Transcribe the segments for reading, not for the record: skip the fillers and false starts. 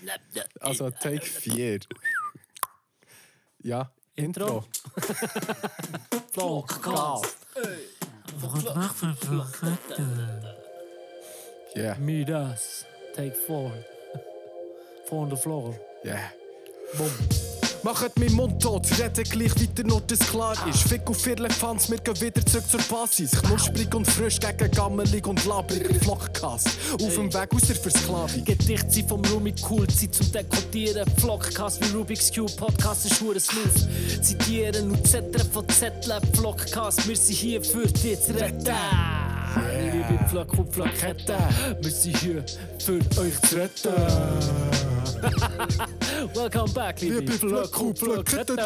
Also Take 4. Ja, Intro. Vlogcast. Wat mag voor vloggetten? Yeah, Midas. Take 4. Von der Floor. yeah. Boom. Macht meinen Mund tot, reden gleich weiter, nur dass klar ist. Fick auf Firlefanz, wir gehen wieder zurück zur Basis. Knusprig und frisch gegen gammelig und labrig. Vlogcast, auf dem Weg aus der Versklavung. Gedicht sind vom Rumi cool, Zeit zum Dekodieren. Vlogcast wie Rubik's Cube, Podcast ist hure smooth. Zitieren und zetteln von Zetteln. Vlogcast, wir sind hier für dich zu retten. Liebe Vlog und Vlogketten, wir sind hier für euch zu retten. Welcome back, liebe Vlog und Vlogketten.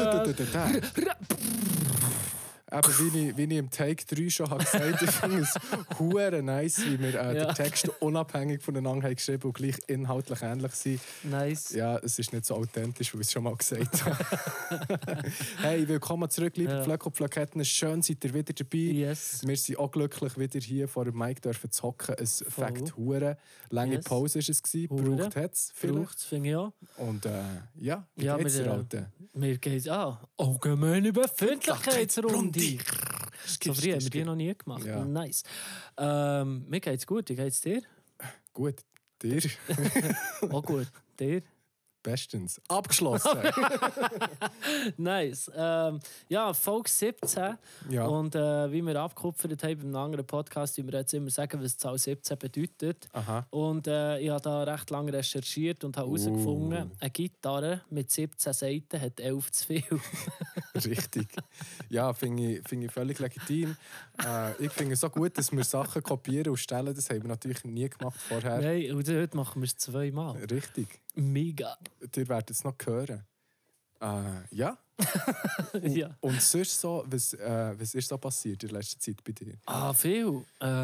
Aber wie ich im Take 3 schon habe gesagt, ich finde es hure nice, wie wir den Text unabhängig voneinander haben geschrieben und gleich inhaltlich ähnlich sind. Nice. Ja, es ist nicht so authentisch, wie ich es schon mal gesagt habe. Hey, willkommen zurück, liebe Vlog und Vlogketten. Schön, seid ihr wieder dabei. Yes. Wir sind auch glücklich, wieder hier vor dem Mic dürfen zu hocken. Es fängt hure. Lange Yes. Pause war es. Braucht es vielleicht. Braucht es, finde ich auch. Und wie Ja, geht's dir, wir, Alter? Mir geht es allgemeine Befindlichkeitsrunde. So früh haben wir die noch nie gemacht. Ja. Nice. Mir geht's gut. Wie geht's dir? Gut, dir? Auch gut. Dir? Bestens. Abgeschlossen. Nice. Ja, Folge 17. Ja. Und wie wir abgekupfert haben beim anderen Podcast, wie wir jetzt immer sagen, was Zahl 17 bedeutet. Aha. Und ich habe da recht lange recherchiert und habe herausgefunden, eine Gitarre mit 17 Saiten hat 11 zu viel. Richtig. Ja, finde ich völlig legitim. Ich finde es so gut, dass wir Sachen kopieren und stellen. Das haben wir natürlich nie gemacht vorher. Nein, und heute machen wir es zweimal. Richtig. Mega. Ihr werdet es noch hören. Ja. Ja. Und sonst so, was ist so passiert in letzter Zeit bei dir? Viel.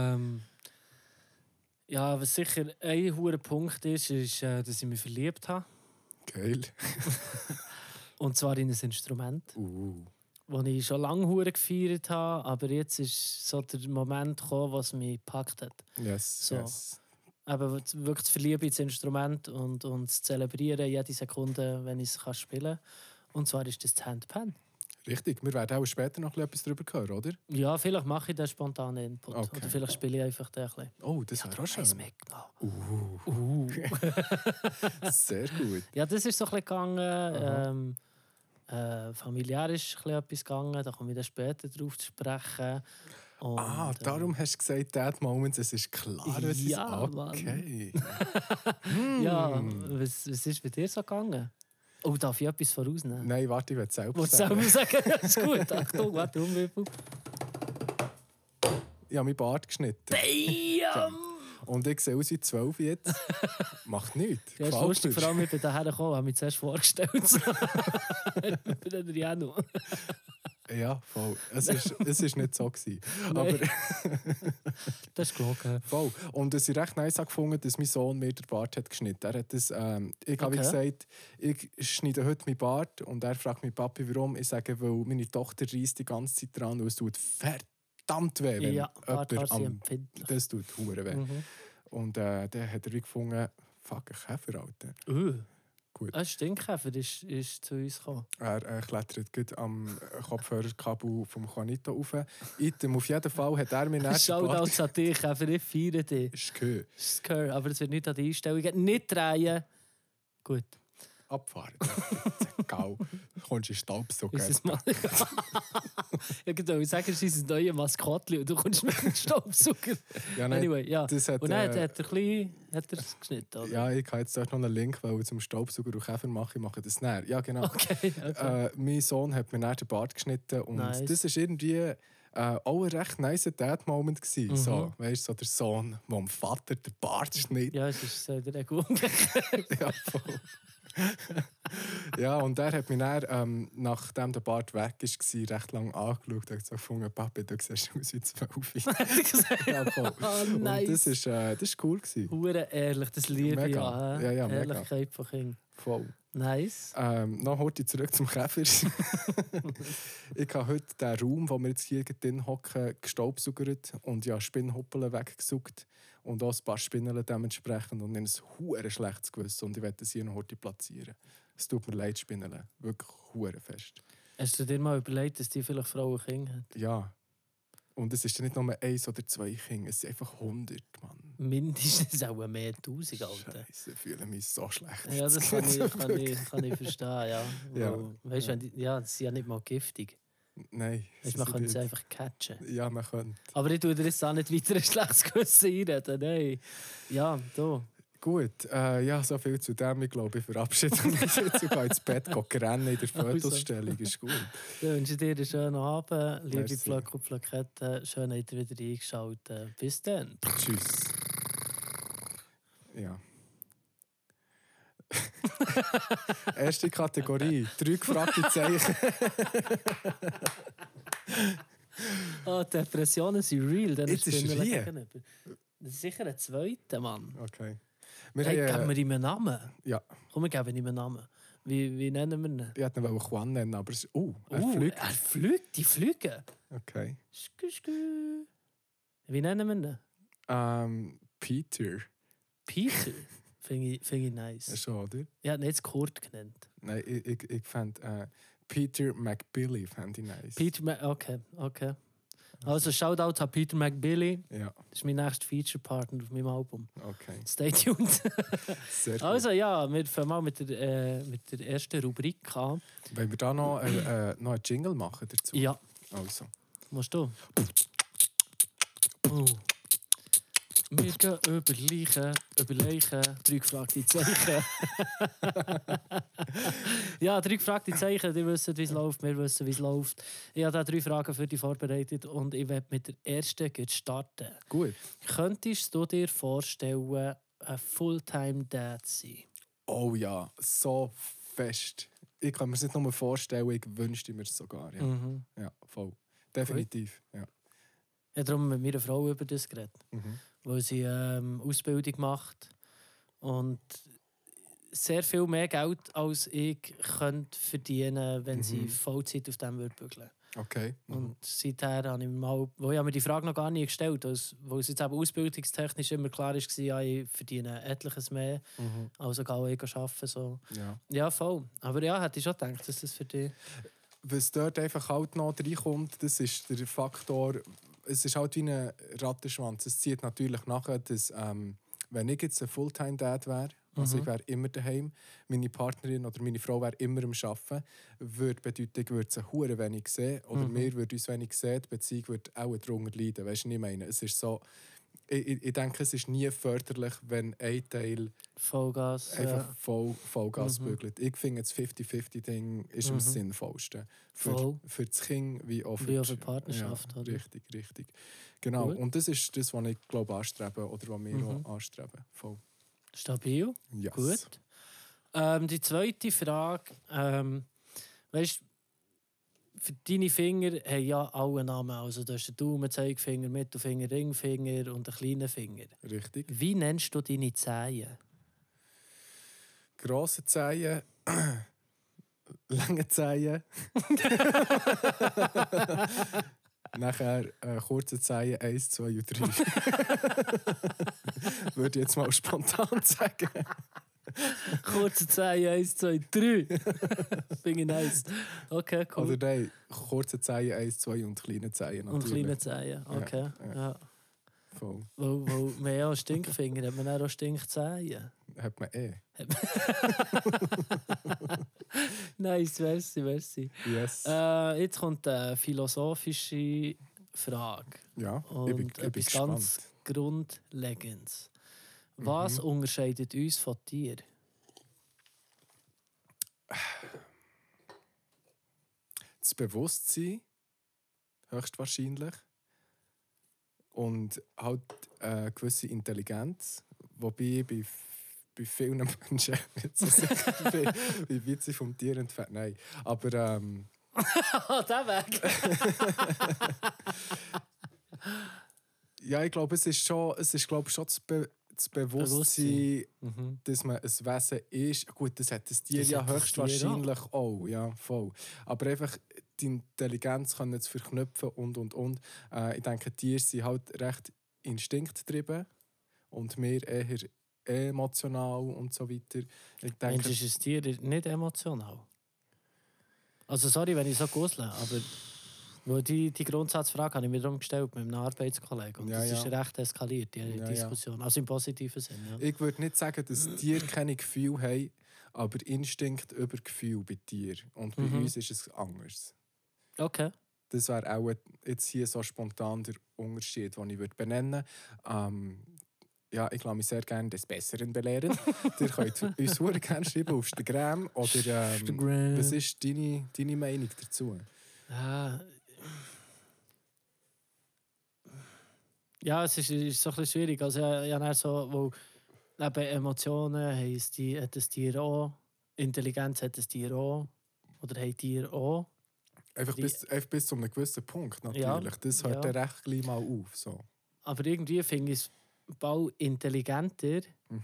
Ja, was sicher ein hoher Punkt ist, dass ich mich verliebt habe. Geil. Und zwar in ein Instrument, das ich schon lange hure gefeiert habe, aber jetzt ist so der Moment gekommen, was mich gepackt hat. Yes, So. yes. Aber wirklich zu verlieben ins Instrument und zu zelebrieren, jede Sekunde, wenn ich es spielen kann. Und zwar ist das die Handpan. Richtig. Wir werden auch später noch etwas darüber hören, oder? Ja, vielleicht mache ich den spontanen Input. Okay. Oder vielleicht spiele ich einfach den ein bisschen. Oh, das wäre auch schön. Mitgenommen. Sehr gut. Ja, das ist so ein bisschen gegangen. Familiär ist etwas gegangen, da komme ich dann später darauf zu sprechen. Und, darum hast du gesagt, Dad Moments, es ist klar, was Ja, ist. Okay. Ja, was ist bei dir so gegangen? Oh, darf ich etwas vorausnehmen? Nein, warte, ich will es selber Wolltest du sagen. selber sagen? Das ist gut. Achtung, warte, Umwürfel. Ich habe meinen Bart geschnitten. Damn! Und ich sehe aus wie 12 jetzt. Macht nichts. Ja, ist Gefällt lustig, mir. vor allem, ich bin hierher gekommen, habe mich zuerst vorgestellt. Ich bin dann Janu. Ja, voll. Es ist nicht so gewesen. Aber Das ist gelogen. voll. Und es ist recht nice gefunden, dass mein Sohn mir den Bart hat geschnitten. Er hat das, ich habe Okay. gesagt, ich schneide heute meinen Bart und er fragt mich Papi, warum. Ich sage, weil meine Tochter reisst die ganze Zeit dran und es tut verdammt weh, wenn Ja, Barthaare jemand sind empfindlich. das tut hure weh. Und dann hat er wie gefunden, fuck, ein Käfer, Alter. Gut. Ein Stinkkäfer ist zu uns gekommen. Er klettert gut am Kopfhörerkabel vom Juanito rauf. Item, auf jeden Fall hat er mir nicht Shoutouts an dich, Käfer, ich feiere dich. Ist gehört. Skr, aber es wird nicht an die Einstellungen. Nicht drehen. Gut. Abfahren. Gau. Du kommst in Staubsauger. Ist es mal. Ich sage, es ist ein neues Maskottchen und du kommst mit dem Staubsauger. Ja, nein, Anyway, ja. das hat, Und dann hat er es geschnitten, oder? Ja, ich habe jetzt dort noch einen Link, weil ich zum Staubsauger und Käfer mache. Ich mache das näher. Ja, genau. Okay. Mein Sohn hat mir näher den Bart geschnitten und Nice. das ist irgendwie auch ein recht nice Dad-Moment gewesen. So, weißt du, so der Sohn, der dem Vater den Bart schneidet. Ja, es ist der Regel umgekehrt. Ja, voll. Ja, und er hat mich dann, nachdem der Bart weg war, recht lange angeschaut und hat so gefunden, Papi, du siehst aus wie 12. Ja, voll. Oh, nice. Und das ist cool gewesen. Hure ehrlich, das liebe ich Mega. ja. Ja, mega. Ehrlichkeit von Kindern. Voll. Nice. Noch heute zurück zum Käfer. Ich habe heute den Raum, wo wir jetzt hier drin hocken, gestaubsaugert und ja, Spinnhoppeln weggesucht. Und auch ein paar Spinnen dementsprechend. Und dann ein hure schlechtes Gewissen. Und ich werde das hier noch heute platzieren. Es tut mir leid, Spinnen. Wirklich hure fest. Hast du dir mal überlegt, dass die vielleicht Frauen Kinder haben? Ja. Und es ist nicht nur 1 oder 2 Kinder, es sind einfach 100, Mann. Mindestens auch mehr 1000, Alter. Scheiße, ich fühle mich so schlecht. Ja, das kann ich verstehen, ja. Ja. Weißt du, ja, das sind ja nicht mal giftig. Nein. Weißt, man könnte sie einfach catchen. Ja, man könnte. Aber ich tue dir jetzt auch nicht weiter ein schlechtes Gewissen einreden. Nein. Ja, da. Gut, ja, so viel zu dem. Ich glaube, ich verabschiede mich jetzt sogar ins Bett, gehe rennen in der Fotostellung. Ist gut. Dann wünsche ich dir einen schönen Abend. Liebe Merci. Plöcke und Plaketten, schön, dass ihr wieder eingeschaltet. Bis dann. Tschüss. Ja. Erste Kategorie: 3 gefragte Zeichen. Depressionen sind real. Dann Jetzt ist er Spinnen hier. gegenüber. Das ist sicher ein zweiter, Mann. Okay. Hey, geben wir ihm einen Namen? Ja, Komm, wir geben ihm einen Namen. Wie nennen wir ihn? ich hätte ihn Juan nennen, aber es ist. Er fliegt. fliegt. Er fliegt, die fliegen. Okay. Skü. Wie nennen wir ihn? Peter. Peter. Finde ich nice. Ja, schon, oder? Ich hätte ihn jetzt Kurt genannt. Nein, ich fand Peter McBilly fand ich nice. Okay. Also Shoutout an Peter McBilly. Ja, Das ist mein nächster Feature-Partner auf meinem Album. okay. Stay tuned. Sehr gut. Also ja, wir fangen mal mit der ersten Rubrik an. Wollen wir da noch einen Jingle machen dazu? Ja, Also. musst du? Oh. Wir gehen über Leichen, 3 gefragte Zeichen. Ja, 3 gefragte Zeichen, die wissen, wie es läuft, wir wissen, wie es läuft. Ich habe da 3 Fragen für dich vorbereitet und ich werde mit der ersten starten. Gut. Könntest du dir vorstellen, ein Fulltime-Dad zu sein? Oh ja, so fest. Ich kann mir es nicht nur vorstellen, ich wünschte mir es sogar. Ja, ja voll. Definitiv. Ja. Ich habe darum mit meiner Frau über das geredet. Weil sie Ausbildung macht und sehr viel mehr Geld als ich könnte verdienen, wenn sie Vollzeit auf dem würde bügeln. Okay. Und seither habe ich mir die Frage noch gar nicht gestellt, weil es jetzt eben ausbildungstechnisch immer klar war, ja, ich verdiene etliches mehr, also gehe ich arbeiten. So. Ja. Ja, voll. Aber ja, hätte ich schon gedacht, dass das für dich... Was dort einfach halt noch reinkommt, das ist der Faktor, es ist halt wie ein Rattenschwanz. Es zieht natürlich nachher, dass, wenn ich jetzt ein Fulltime-Dad wäre, also ich wäre immer daheim, meine Partnerin oder meine Frau wäre immer am Arbeiten, würde bedeuten, ich würde sie hure wenig sehen oder wir würden uns wenig sehen, die Beziehung würde auch darunter leiden. Weißt du, was ich meine? Es ist so, ich denke, es ist nie förderlich, wenn ein Teil Vollgas. einfach Vollgas bügelt. Ich finde, das 50-50-Ding ist am sinnvollsten. Voll. Für das Kind wie auch für die Partnerschaft. Ja, oder? richtig. Genau. Gut. Und das ist das, was ich glaube anstrebe oder was wir auch anstreben. Voll. Stabil. Yes. Gut. Die zweite Frage. Weißt du, für deine Finger haben ja alle Namen. Also du hast den Daumen, Zeigefinger, Mittelfinger, Ringfinger und einen kleinen Finger. Richtig. Wie nennst du deine Zehen? Grosse Zehen, lange Zehen. Nachher kurze Zehen 1, 2 und 3. Würde ich jetzt mal spontan sagen. Kurze Zehen, 1, 2, 3. Finde ich nice. Okay, cool. Oder nein, kurze Zehen 1, 2 und kleine Zehen Und natürlich. kleine Zehen, okay. Ja. Voll. Weil man ja auch Stinkfinger hat, man auch Stinkzehen. Hat man Nice, merci. Yes. Jetzt kommt eine philosophische Frage. Ja, Und ich bin etwas gespannt. ganz Grundlegendes. Was unterscheidet uns von Tieren? Das Bewusstsein, höchstwahrscheinlich. Und halt eine gewisse Intelligenz. Wobei ich bei vielen Menschen nicht so sicher bin, wie weit sie vom Tier entfernt. Nein, aber Der Weg! ja, ich glaube, es ist schon das Bewusstsein, dass man ein Wesen ist. Gut, das hat das Tier Das ja hat das höchstwahrscheinlich auch. Ja, voll. Aber einfach die Intelligenz können zu verknüpfen und. Ich denke, Tiere sind halt recht instinktgetrieben. und wir eher emotional und so weiter. Ich denke, Mensch, ist ein Tier nicht emotional? Also sorry, wenn ich so gusle, aber weil die Grundsatzfrage habe ich mir darum gestellt mit einem Arbeitskollegen. Und Ja, das ist ja. recht eskaliert, die Ja, Diskussion. Also im positiven Sinn. Ja. ich würde nicht sagen, dass Tiere keine Gefühle haben, aber Instinkt über Gefühl bei Tieren. Und bei uns ist es anders. Okay. Das wäre auch jetzt hier so spontan der Unterschied, den ich würde benennen würde. Ja, ich lasse mich sehr gerne des Besseren belehren. Ihr könnt uns sehr gerne schreiben auf Instagram. Oder Instagram. was ist deine Meinung dazu? Ja, es ist so ein bisschen schwierig. Also, ja, so, weil eben Emotionen hat das Tier auch, Intelligenz hat das Tier auch, oder haben Tiere auch. Einfach bis zu einem gewissen Punkt natürlich. Ja, Das hört dann recht gleich mal auf. So. Aber irgendwie finde ich es bald intelligenter,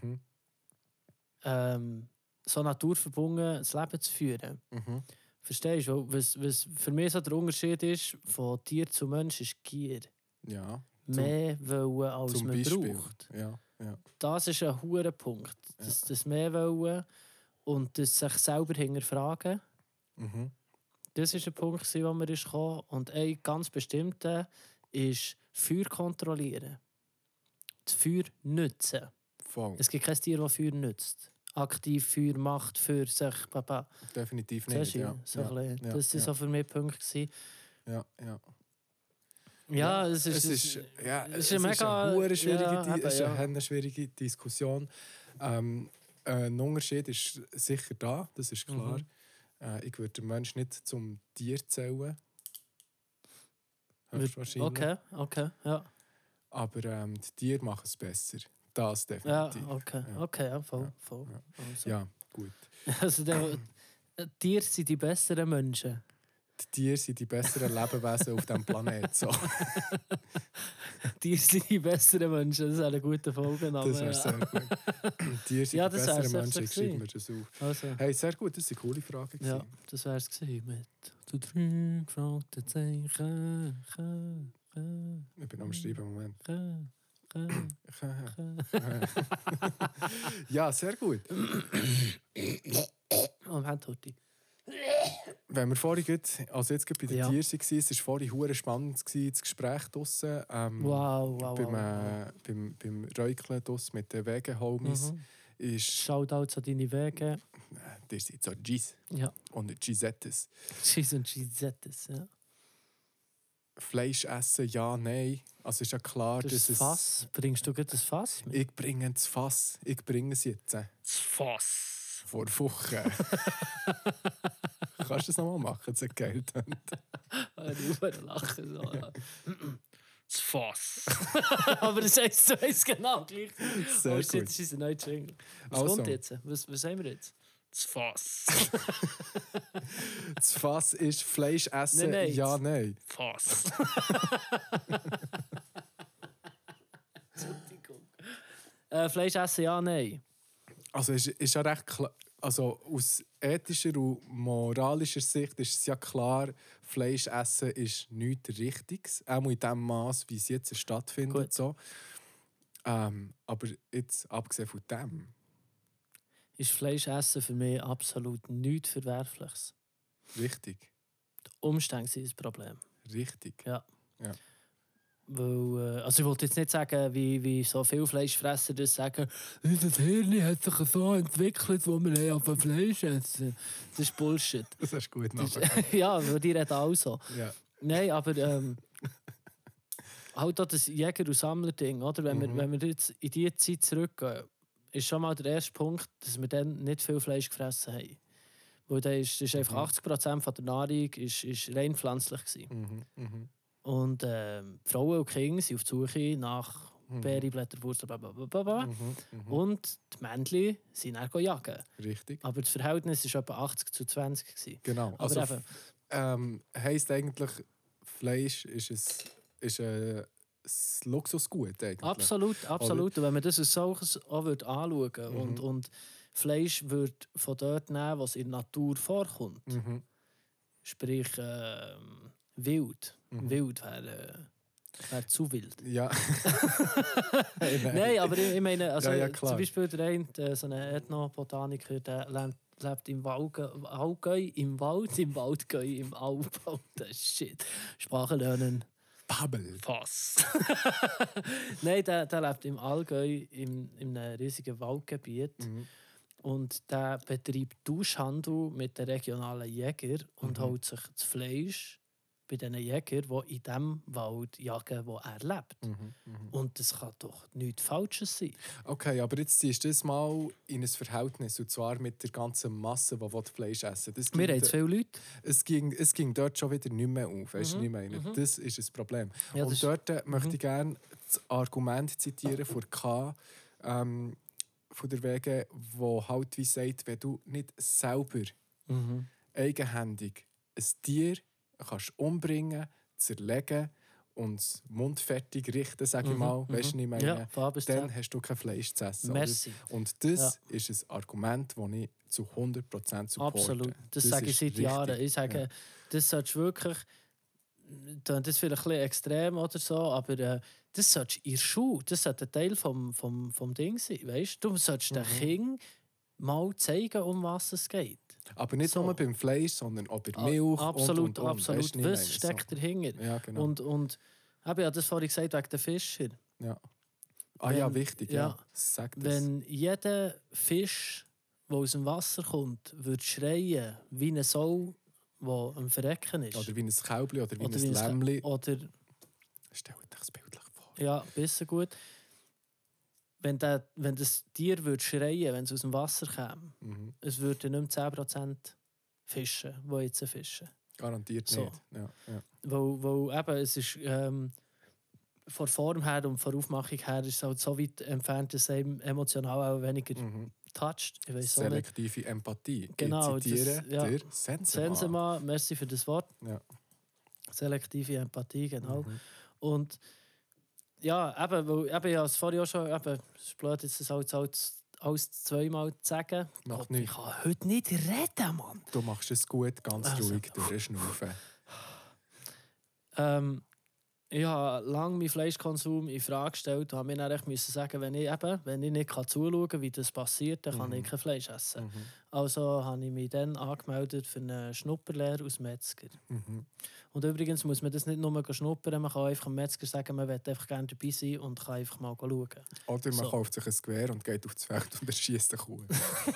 so naturverbunden das Leben zu führen. Verstehst du? Was für mich so der Unterschied ist von Tier zu Mensch, ist Gier. Ja. Mehr wollen, als zum man Beispiel. braucht. Ja. Das ist ein hoher Punkt. Das mehr wollen und das sich selber hinterfragen. Das ist ein Punkt, wo man ist gekommen. Und ein ganz bestimmter ist Feuer kontrollieren. Das Feuer nützen. Voll. Es gibt kein Tier, das Feuer nützt. Aktiv Feuer macht für sich. Papa. Definitiv nicht. Ja. So das war so für mich der Punkt. Ja. Ja, es ist eine schwierige Diskussion. Ein Unterschied ist sicher da, das ist klar. Ich würde den Menschen nicht zum Tier zählen. Höchstwahrscheinlich. Okay, ja. Aber die Tiere machen es besser. Das Ja, definitiv. okay, voll. Ja. Also. Ja, gut. Also, Tiere sind die besseren Menschen. Die Tiere sind die besseren Lebewesen auf diesem Planeten. So. Tiere sind die besseren Menschen, das ist eine gute Folge. Das wäre sehr gut. Tiere sind die besseren Menschen, ich schreibe mir das auf. Also. Hey, sehr gut, das war eine coole Frage. Ja, das wäre es mit «Du drei Fragezeichen». Ich bin am Schreiben, Moment. Ja, sehr gut. Moment, Totti. Wenn wir vorhin, also jetzt bei den Tieren waren, es war vorhin verdammt spannend, das Gespräch draussen. Wow. Beim Räucheln draussen mit den Wege-Homies. Shoutouts an deine Wege. Das sind so G's und Gisettes. G's und Gisettes, ja. Fleisch essen, ja, nein. Also ist ja klar, dass es... Fass. Bringst du das Fass mit? Ich bringe das Fass. Ich bringe es jetzt. Das Fass. Vor Wochen. Kannst du das nochmal machen? Das hat geil getan. Ich würde lachen. So. Das Fass. Aber das heisst so genau gleich. Sehr gut. Das ist ein neuer Jingle. Was kommt jetzt? Was haben wir jetzt? Das Fass. Das Fass ist Fleisch essen, nein. ja, nein. Fass. Entschuldigung. Fleisch essen, ja, nein. Also ist ja recht klar, also aus ethischer und moralischer Sicht ist es ja klar, Fleisch essen ist nichts Richtiges, auch in dem Maß, wie es jetzt stattfindet. So. Aber jetzt, abgesehen von dem... Ist Fleisch essen für mich absolut nichts Verwerfliches. Richtig. Die Umstände sind das Problem. Richtig. Ja. Weil, also ich wollte jetzt nicht sagen, wie so viele Fleischfresser das sagen, das Hirn hat sich so entwickelt, wo wir auf Fleisch essen. Das ist Bullshit. Das hast du gut nachher. Ja, weil die reden auch so. Ja. Nein, aber halt auch das Jäger- und Sammler-Ding, oder? Wenn wir jetzt in diese Zeit zurückgehen, ist schon mal der erste Punkt, dass wir dann nicht viel Fleisch gefressen haben. Weil dann ist einfach 80% von der Nahrung ist rein pflanzlich gewesen. Und Frauen und Kinder sind auf die Suche nach Beerenblätter, Wurzeln, blablabla. Und die Männchen sind dann jagen. Richtig. Aber das Verhältnis war etwa 80:20 gewesen. Genau. Aber also heisst eigentlich, Fleisch ist ein Luxusgut eigentlich. Absolut. Und wenn man das als solches auch anschauen und Fleisch wird von dort nehmen, was in der Natur vorkommt. Sprich, Wild. Wild wäre Wäre zu wild. Ja. Nein, aber ich meine, also, Ja, klar. zum Beispiel der eine, so ein Ethnobotaniker, der lebt im Allgäu, im Waldgäu, im Allgäu. Shit. Sprache lernen. Babbel. Fass. Nein, der lebt im Allgäu, in einem riesigen Waldgebiet. Und der betreibt Tauschhandel mit den regionalen Jägern und holt sich das Fleisch bei den Jägern, die in dem Wald jagen, wo er lebt. Und das kann doch nichts Falsches sein. Okay, aber jetzt ziehst du das mal in ein Verhältnis, und zwar mit der ganzen Masse, die Fleisch essen will. Wir haben jetzt viele Leute. Es ging dort schon wieder nicht mehr auf. Weißt du, was ich meine? Das ist ein Problem. Ja, und dort möchte ich gerne das Argument zitieren von der Wege, wo halt wie sagt, wenn du nicht selber eigenhändig ein Tier kannst umbringen, zerlegen und mundfertig richten, sage ich mal, weißt du, was ich meine? Ja, von A bis Z. Dann hast du kein Fleisch zu essen. Merci. Oder? Und das ist ein Argument, das ich zu 100% supporte. Absolut. Das sage ich ist seit richtig. Jahren. Ich sage, das solltest du wirklich. Das ist vielleicht ein bisschen extrem oder so, aber das solltest du in der Schule, das sollte ein Teil vom Ding sein. Weißt? Du solltest den Kindern mal zeigen, um was es geht. Aber nicht So. nur beim Fleisch, sondern auch bei Milch Absolut, und. absolut. Weißt du, was ich Was meine? steckt dahinter? Ja, genau. Und ich habe das vorhin gesagt wegen den Fischern. Ja. Ah ja, wichtig, ja. Sag das. Wenn jeder Fisch, der aus dem Wasser kommt, würde schreien wie eine Sau, die am Verrecken ist. Oder wie ein Kälbli oder wie Oder ein Lämmli. Oder, Stell dir das bildlich vor. ja, besser gut. Wenn das Tier würde schreien, wenn es aus dem Wasser käme, es würde nicht mehr 10% fischen, die jetzt fischen. Garantiert So. nicht. Ja, ja. Weil eben, es ist von Form her und von Aufmachung her ist es halt so weit entfernt, dass es einem emotional auch weniger toucht. Ich weiss auch nicht. Selektive Empathie. Genau, Ich zitiere das- ja. der Sensema. Sensema, merci für das Wort. Ja. Selektive Empathie, genau. Und ja, eben, weil ich habe es vorhin auch schon, eben, es ist blöd, jetzt das alles zweimal zu sagen. Macht Gott, ich nichts. kann heute nicht reden, Mann. Du machst es gut, ganz Also. ruhig durchschnaufen. Ich habe lange meinen Fleischkonsum in Frage gestellt und habe mir dann echt müssen sagen, wenn ich nicht zuschauen kann, wie das passiert, dann kann ich kein Fleisch essen. Also habe ich mich dann angemeldet für eine Schnupperlehre als Metzger. Und übrigens muss man das nicht nur schnuppern, man kann einfach dem Metzger sagen, man möchte einfach gerne dabei sein und kann einfach mal schauen. Oder man So. kauft sich ein Gewehr und geht auf das Feld und erschießt eine Kuh.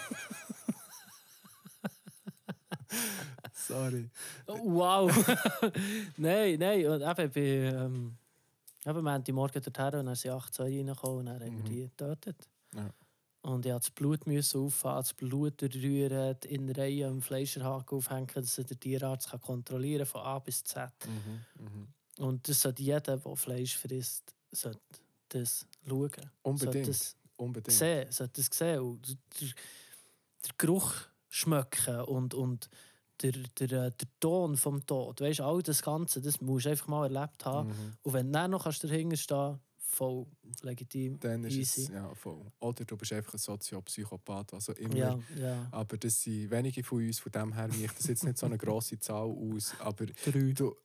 Sorry. Wow! Nein. Und eben, wir haben die Morgen dorthin und dann sind 8 Zäune reingekommen und dann haben wir die getötet. Ja. Und ich musste das Blut auffahren, das Blut rühren, die Innereien am Fleischerhaken aufhängen, dass der Tierarzt kontrollieren kann, von A bis Z. Und das sollte jeder, der Fleisch frisst, sollte das schauen. Unbedingt. Sollte das Unbedingt. sehen. Sollte das sehen. Und der Geruch schmecken und der Ton vom Tod. Weißt du, all das Ganze, das musst du einfach mal erlebt haben. Und wenn du dann noch dahinter stehen, voll legitim, Dann ist easy. es ja, voll. Oder du bist einfach ein Soziopsychopath, was auch immer. Ja. Aber das sind wenige von uns, von dem her macht das jetzt nicht so eine grosse Zahl aus. Aber 3. du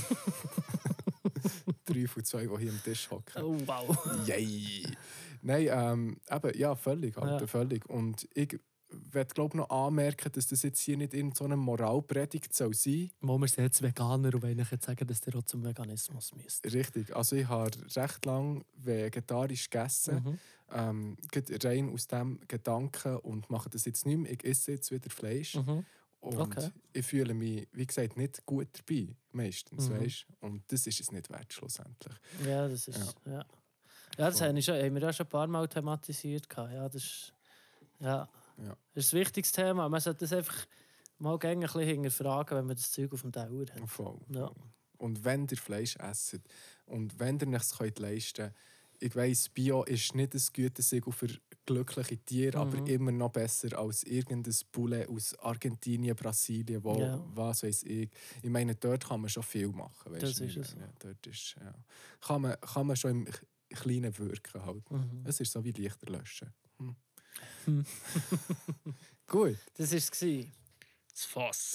3 von 2, die hier am Tisch hocken. Oh, wow. Yay! Nein, eben, ja, völlig. Alter, Ja. völlig. Und ich möchte, glaube noch anmerken, dass das jetzt hier nicht in so einer Moralpredigt soll sein. Wir sind jetzt Veganer und wollen jetzt sagen, dass ihr auch zum Veganismus müsst. Richtig. Also ich habe recht lange vegetarisch gegessen. Gerade rein aus diesem Gedanken und mache das jetzt nicht mehr. Ich esse jetzt wieder Fleisch. Und Okay. ich fühle mich, wie gesagt, nicht gut dabei. Meistens, weißt? Und das ist es nicht wert, schlussendlich. Ja, das ist... Ja, das haben wir ja schon ein paar Mal thematisiert. Ja, das ist... Ja. Ja. Das ist ein wichtiges Thema. Man sollte das einfach mal gerne ein bisschen hinterfragen, wenn man das Zeug auf dem Teller hat. Voll. Ja. Und wenn ihr Fleisch esst und wenn ihr es euch leisten könnt, ich weiss, Bio ist nicht ein Gütesiegel für glückliche Tiere, aber immer noch besser als irgendein Poulet aus Argentinien, Brasilien, wo, was weiß ich. Ich meine, dort kann man schon viel machen. Weißt Das du, ist es. ja, dort ist, ja. Kann man schon im Kleinen wirken. Halt. Es ist so wie Lichter löschen. Gut. Das war es. Das Fass.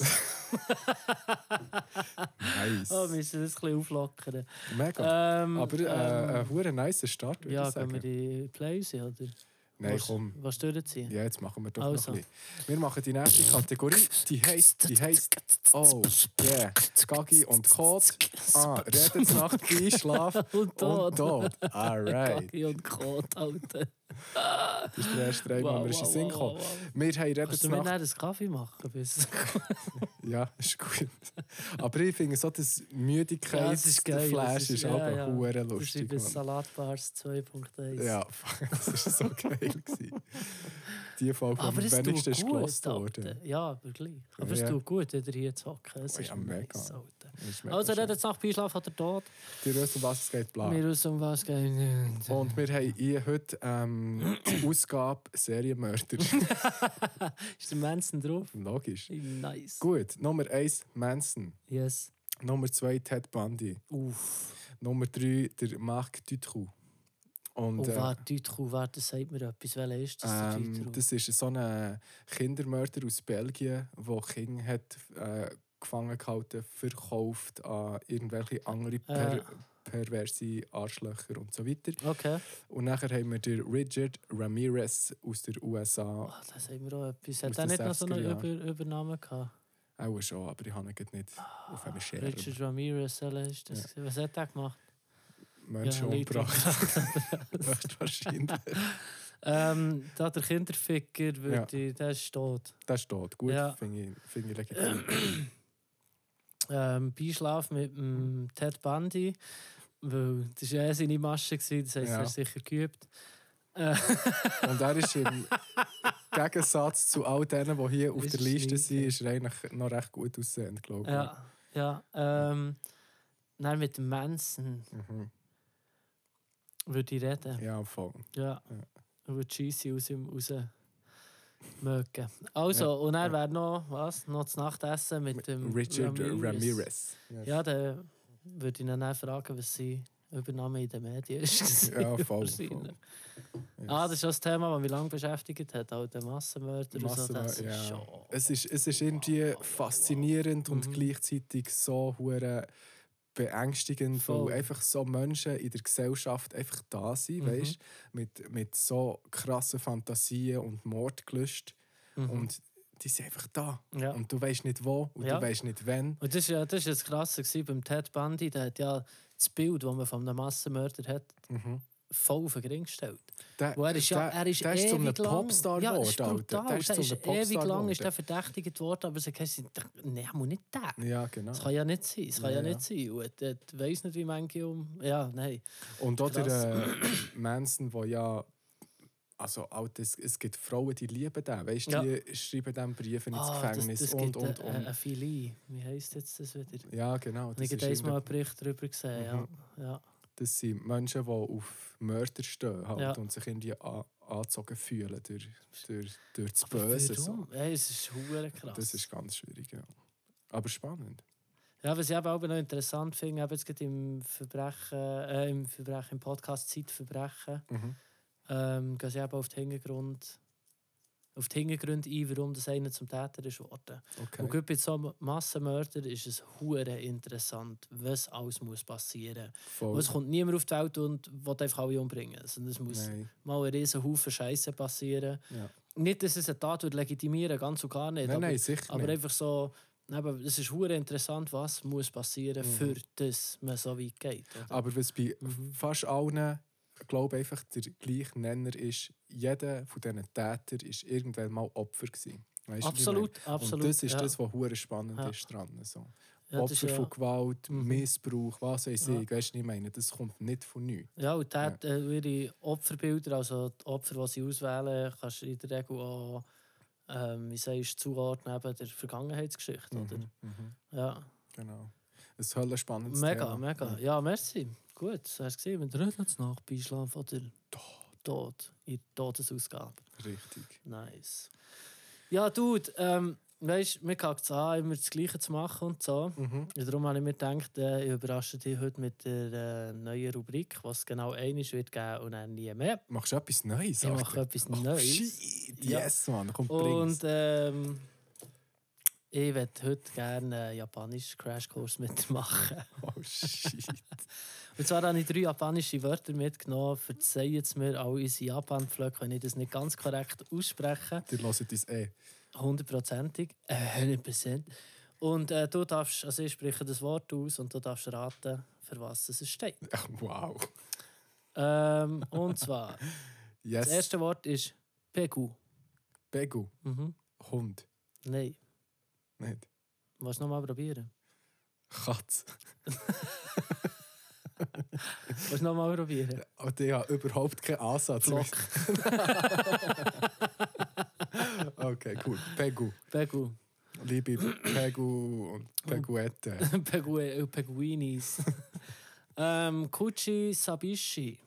Nice. Oh, wir müssen das ein bisschen auflockern. Mega. Aber ein hure nicer Start, würde ja, ich sagen. gehen wir die Plays, oder? Nein, komm. Was durchziehen? Ja, jetzt machen wir doch Also. noch ein bisschen. Wir machen die nächste Kategorie. Die heisst... Oh, yeah. Gagi und Code. Redensnacht, Einschlaf Und Tod. Alright. Gagi und Kot, Alter. Das ist der erste Reim, wo wir in den Sinn kommen. Wir haben Kannst du mir Redensnacht... einen Kaffee machen? Bis? Ja, ist gut. Aber ich finde so, das Ja, das ist Müdigkeitsflash geil. ist aber ja. hure Das ist lustig. wie bei Mann. Salatbars 2.1. Ja, das war so geil gewesen. Die Folge, Aber die es am tut wenigsten ist gut, gelost worden. Alter. Ja, wirklich. Aber Ja. es tut gut, wieder hier zu hocken. Es Oh ist ja, mega. nice, Alter. Das ist mega Also, schön. redet nach Beischlaf oder Tod. Die wissen, um was es geht, bla. Wir wissen, um was geht. Und wir haben hier heute die Ausgabe Serienmörder. Ist der Manson drauf? Logisch. Nice. Gut, Nummer 1 Manson. Yes. Nummer 2 Ted Bundy. Uff. Nummer 3 der Marc Dutroux. Und, Und wer Dutroux, wer, das sagt mir etwas. Welcher ist das, der Dutroux? das ist so ein Kindermörder aus Belgien, der Kinder hat, gefangen gehalten, verkauft an irgendwelche andere perverse Arschlöcher und so weiter. Okay. Und nachher haben wir den Richard Ramirez aus den USA. Oh, das sagt mir auch etwas. Aus Hat er den nicht noch so einen 60er Jahren. Übernamen gehabt? Auch schon, aber ich habe ihn gerade nicht auf einem Scherm. Richard Ramirez, ist das? Ja. Was hat er gemacht? Menschen Ja, umgebracht. Höchstwahrscheinlich. Da der Kinderficker, der ist tot. Das steht gut, Ja. finde ich legitim. Beischlaf mit dem Ted Bundy, weil das war seine Masche, das heisst, Ja. er hat sicher geübt. Und er ist im Gegensatz zu all denen, die hier auf Ist der Liste sneaky. sind, ist er eigentlich noch recht gut aussehend, glaube ich. Ja. Dann mit dem Manson Mhm. würde ich reden. Ja, voll. Ja. Über die Scheisse aus ihm raus mögen. Also, Ja. und dann wäre noch, was? Noch das Nachtessen mit dem Richard Ramirez. Yes. Ja, dann würde ich ihn dann fragen, was sein Übernahme in den Medien ist. Ja, voll. Wahrscheinlich. Yes. Das ist schon das Thema, das mich lange beschäftigt hat. Auch der Massenmörder und so. Das ja. ist schon... Es ist irgendwie faszinierend und Mhm. gleichzeitig so hure beängstigend, Voll. weil einfach so Menschen in der Gesellschaft einfach da sind, Mhm. weißt, mit so krassen Fantasien und Mordgelüst. Mhm. Und die sind einfach da. Ja. Und du weißt nicht wo und Ja. du weißt nicht wann. Und das war das Krasse gewesen beim Ted Bundy. Der hat ja das Bild, das man von einem Massenmörder hat, Mhm. voll auf den Ring gestellt. Der, Wo er ist der ist zu einem ewig lang... Popstar ja, das ist geworden, Alter. brutal. Der ist zu einem Popstar ewig lang geworden. ist der verdächtigt worden, aber sie haben nein, muss nicht der. Ja, genau. Das kann ja nicht sein. Das kann ja, Ja, nicht sein. Und ich weiss nicht, wie manche Ja, nein. Und auch Krass. der Manson, der ja... Also, Alter, es gibt Frauen, die lieben den. Weißt du, Ja. die schreiben dann Briefe ins Gefängnis das und. gibt eine Philie. Wie heisst jetzt das wieder? Ja, genau. Ich habe ist mal einen irgendwie- Bericht darüber gesehen. Mhm. Ja. Das sind Menschen, die auf Mörder stehen halt, Ja. und sich irgendwie angezogen fühlen durch das Aber Böse. So. warum? Ja, es ist verdammt krass. Das ist ganz schwierig, ja. Aber spannend. Ja, was ich eben auch noch interessant finde, eben jetzt gerade im Podcast Zeitverbrechen, gehen sie eben auf den Hintergrund ein, warum das einer zum Täter ist worden. Okay. Und gerade bei so einem Massenmörder ist es hure interessant, was alles muss passieren muss. Voll. Es kommt niemand auf die Welt und will einfach alle umbringen. Also es muss Nein. mal ein riesen Haufen Scheiße passieren. Ja. Nicht, dass es eine Tat legitimieren ganz und gar nicht. Nein, sicher aber nicht. einfach so, es ist hure interessant, was muss passieren, für das man so weit geht. Oder? Aber was bei fast allen, ich glaube einfach, der gleiche Nenner ist, jeder von diesen Tätern war irgendwann mal Opfer gewesen. Weißt du, wie ich Absolut, meine? absolut. Und das ist ja. das, was hure spannend Ja. ist dran. So. Ja, das Opfer ist ja- von Gewalt, Missbrauch, was weiß Ja. ich. Weißt du, was ich meine? Das kommt nicht von nichts. Ja, und ihre Opferbilder, also die Opfer, die sie auswählen, kannst du in der Regel auch wie sagst, zuordnen eben der Vergangenheitsgeschichte. Oder? Ja. Genau. Ein höllenspannendes Mega, Thema. mega. Ja, merci. Gut, das hast du gesehen. Wenn der jetzt nach Beischlaf oder Tod in der Todesausgabe. Richtig. Nice. Ja, Dude, weißt du, mir kann es an, immer das Gleiche zu machen und so. Und darum habe ich mir gedacht, ich überrasche dich heute mit der neuen Rubrik, was genau einiges wird geben und dann nie mehr. Machst du etwas Neues? Ich mache etwas Neues. Shit, Ja. yes, Mann. Komm, Und bring's. Ich würde heute gerne einen japanischen Crashkurs mitmachen. Oh shit. Und zwar habe ich 3 japanische Wörter mitgenommen. Verzeihen Sie mir all unsere Japan-Pflöcke, wenn ich das nicht ganz korrekt ausspreche. Ihr hört uns 100%. 100%. Und du darfst, also ich spreche das Wort aus und du darfst raten, für was es steht. Wow. Und zwar, Yes. das erste Wort ist Pegu. Begu. Hund. Nein. Nicht. Willst du noch mal probieren? Katz. Willst du noch mal probieren? Und ich habe überhaupt keinen Ansatz. Flock. Okay, cool. Pegu. Pegu. Liebe Pegu und Peguette. Peguinis. Kuchi Sabishi.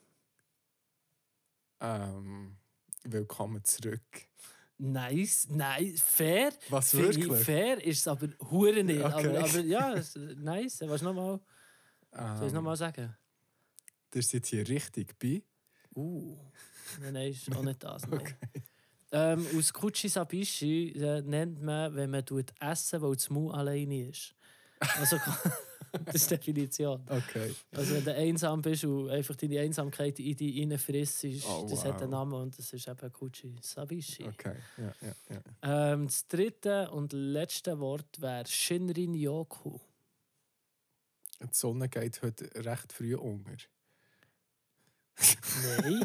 Willkommen zurück. Nice, fair. Was, Finde ich wirklich? fair ist es aber hure nicht. Okay. Aber ja, nice. Willst du noch mal, soll ich es noch mal sagen? Ihr seid hier richtig bei. Nein, ist auch nicht das. Okay. Aus Kuchi Sabishi nennt man, wenn man essen, weil das Maul alleine ist. Also, das ist die Definition. Okay. Also wenn du einsam bist und einfach deine Einsamkeit in dich reinfrisst, das hat einen Namen und das ist eben Kuchi Sabishi. Okay, ja. Das dritte und letzte Wort wäre Shinrin Yoku. Die Sonne geht heute recht früh unter. Nein.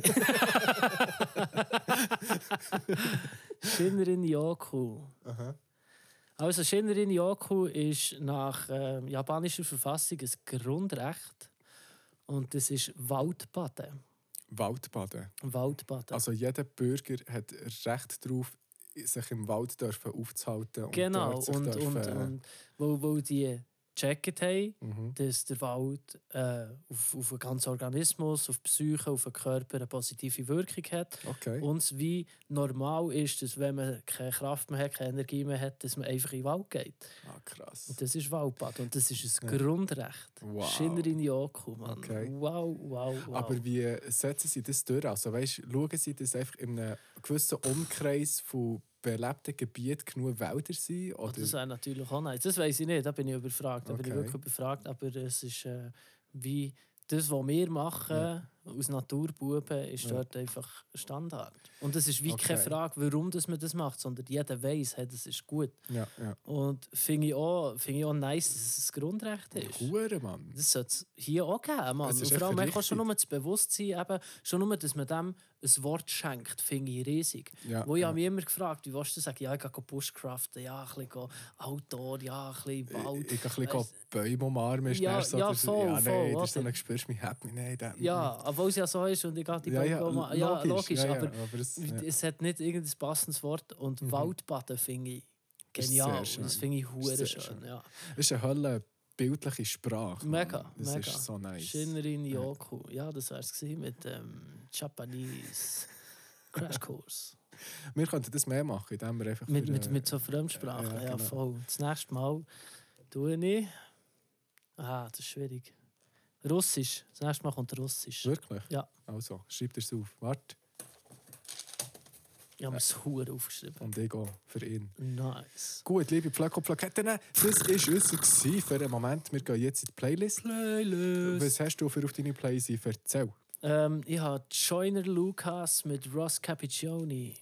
Shinrin Yoku. Aha. Also Shinrin Yoku ist nach japanischer Verfassung ein Grundrecht und das ist Waldbaden. Waldbaden. Waldbaden. Also jeder Bürger hat Recht darauf, sich im Wald aufzuhalten. Genau, dort sich und wo die gecheckt haben, dass der Wald auf den ganzen Organismus, auf die Psyche, auf den Körper eine positive Wirkung hat. Okay. Und es wie normal ist, dass wenn man keine Kraft mehr hat, keine Energie mehr hat, dass man einfach in den Wald geht. Ah, krass. Und das ist Waldbad und das ist ein Grundrecht. Wow. Shinrin Yoku, Mann. Okay. Wow. Aber wie setzen Sie das durch? Also, weißt, schauen Sie, dass einfach in einem gewissen Umkreis von belebten Gebieten genug Wälder sind? Oder? Das wäre natürlich auch nice. Das weiss ich nicht, da bin ich überfragt. Da bin ich Okay. wirklich überfragt. Aber es ist wie das, was wir machen aus Naturbuben, ist dort einfach Standard. Und es ist wie keine Frage, warum das man das macht, sondern jeder weiss, hey, das ist gut. Ja. Und finde ich auch nice, dass es ein Grundrecht ist. Hure, Mann. Das sollte es hier auch geben, Mann. Es Und ist vor allem echt man kann schon richtig. nur das Bewusstsein, eben, schon nur, dass man dem ein Wort schenkt, finde ich riesig. Ja, Wo ich habe mich immer gefragt, wie willst du sagen, ja, ich gehe Bushcraften, ja, ein bisschen Outdoor, ja, ein bisschen Wald. Ich gehe ein bisschen Bäume umarmen. Ist Ja, dann so, ja, dass- voll, ja, nein, voll, das ist so oder? ein spürst mich happy. Nein, Ja, obwohl es ja so ist und ich gehe die Ja, Bäume umarmen. Ja, logisch, Ja, aber es, es hat nicht irgendein passendes Wort. Und Waldbaden finde ich Das ist genial. sehr schön. Das finde ich hure Sehr schön. schön. Ja. Es ist eine Hölle bildliche Sprache. Mega, Mann. Das mega. ist so nice. Shinrin Yoku. Ja, das wäre es mit Japanese Crashkurs. Wir könnten das mehr machen, indem wir einfach Mit so Fremdsprachen. Ja, Ja, genau. voll. Das nächste Mal tue ich. Das ist schwierig. Russisch. Das nächste Mal kommt Russisch. Wirklich? Ja. Also, schreib es auf. Warte. Ich habe mir das Huren aufgeschrieben. Und ich gehe für ihn. Nice. Gut, liebe Pflöcke und Pflöcketten, das war unser für den Moment. Wir gehen jetzt in die Playlist. Was hast du für auf deine Playlist? Erzähl. Ich habe Joyner Lucas mit Ross Capiccioni.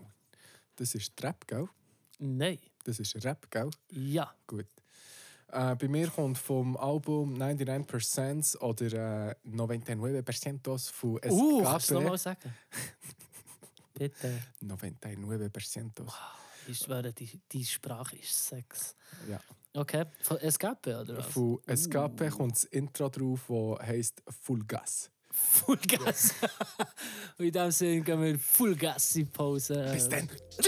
Das ist Rap, gell? Nein. Das ist Rap, gell? Ja. Gut. Bei mir kommt vom Album 99% oder 99% von Kannst du noch mal Escape. sagen? Bitte. 99%. Ich schwöre, die Sprache ist Sex. Ja. Okay. Von Escape, oder was? Von Escape kommt das Intro drauf, das heisst Full Gas. Full Gas. Und in dem Sinne gehen wir Full Gas in die Pause. Bis dann.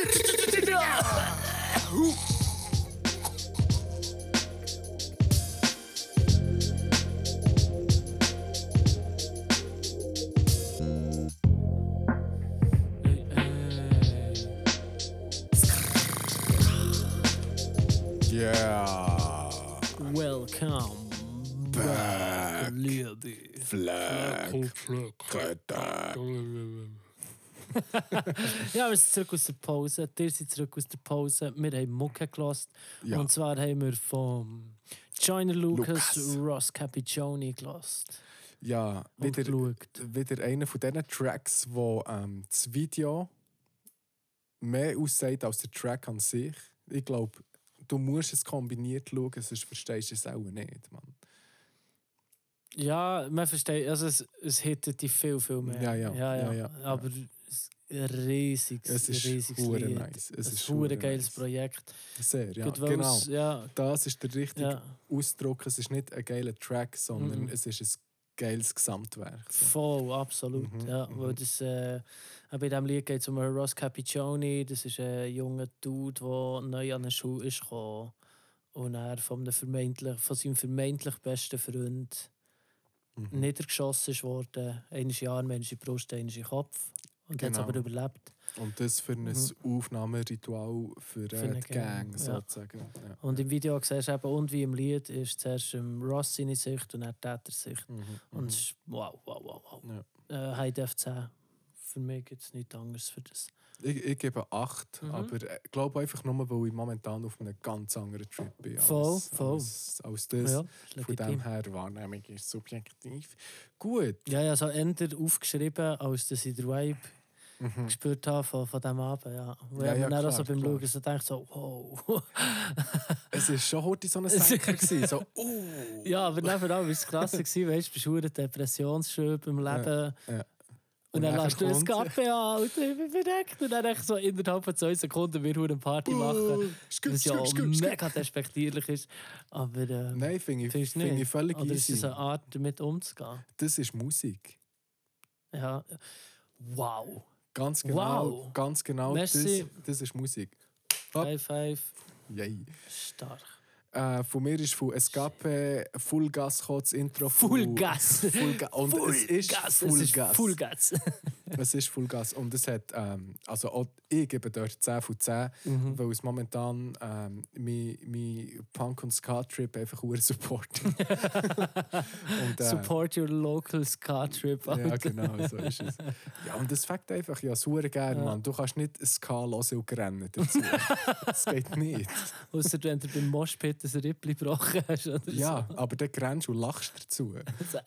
Yeah. Welcome back, Liebe. Fleck. Ja, wir sind zurück aus der Pause. Ihr seid zurück aus der Pause. Wir haben Mucke gehört. Ja. Und zwar haben wir vom Joyner Lucas Lucas. Ross Capiccioni gehört. Ja, Und geschaut. wieder einer von diesen Tracks, wo das Video mehr aussieht als der Track an sich. Ich glaube, du musst es kombiniert schauen, sonst verstehst du es auch nicht, Mann. Ja, man versteht, also es hittet die viel mehr. Ja. Aber es riesiges, Es ist riesiges hure Lied. nice. Es ist ein hure geiles nice. Projekt. Sehr, ja, Gut, weil genau. es- ja, Das ist der richtige ja, Ausdruck. Es ist nicht ein geiler Track, sondern Mhm. es ist ein geiles Gesamtwerk. So. voll, absolut. Mhm, Ja, weil das, bei diesem Lied geht es um Ross Capiccioni. Das ist ein junger Dude, der neu an eine Schule ist gekommen. Und er von seinem vermeintlich besten Freund Mhm. niedergeschossen ist worden. Einmal in Arm, einmal in die Brust, einmal in den Kopf. Und hat es Genau. aber überlebt. Und das für ein Mhm. Aufnahmeritual für eine die Gang, Gang, ja. sozusagen. Ja. Und im Video siehst du eben, und wie im Lied, ist zuerst Ross seine Sicht und dann die Tätersicht. Mhm. Und es ist wow. Ja. High Def 10. Für mich gibt es nichts anderes für das. Ich gebe 8, Mhm. aber ich glaube einfach nur, weil ich momentan auf einem ganz anderen Trip bin. Voll. Als das. Ja, ist Von dem legitim. her, Wahrnehmung ist subjektiv. Gut. Ja, so eher aufgeschrieben, als dass ich den Vibe Mhm. gespürt habe von diesem Abend. Ja. Weil Ja, man ja, dann auch klar, so beim klar. Schauen so denkt, so, wow. Es war schon heute so ein Senker. gewesen, so, Ja, aber neben allem war es krass, gewesen, weißt du, bist du depressionsschub im Leben. ja. Und dann nachher lässt du ein kommt- Kaffee an und ich bin verdeckt. Und dann echt so innerhalb von 2 Sekunden wir eine Party machen. Was ja auch mega despektierlich ist. Aber Nein, finde findest du ich nicht? völlig Oder ist easy. das eine Art, damit umzugehen? Das ist Musik. Ja. Wow. Ganz genau. Wow. Ganz genau. Merci. Das ist Musik. Hopp. High Five. Yay. Stark. Von mir ist von Escape Full Gas gekommen, das Intro. von- Full Gas. Full Gas. Und es ist Gas. Full Es ist Gas. Full Gas. Es ist Full Gas. Und es hat, also auch ich gebe dort 10 von 10, Mhm. weil es momentan mein Punk- und Ska-Trip einfach supportet. Und, Support your local Ska-Trip. ja, genau, so ist es. Ja, und das fängt einfach ja super gerne, Mann. Du kannst nicht ein Ska hören und rennen dazu. Das geht nicht. Ausser wenn du beim Moshpit ein Rippli gebrochen hast. Oder Ja, aber dann rennst du und lachst dazu. so.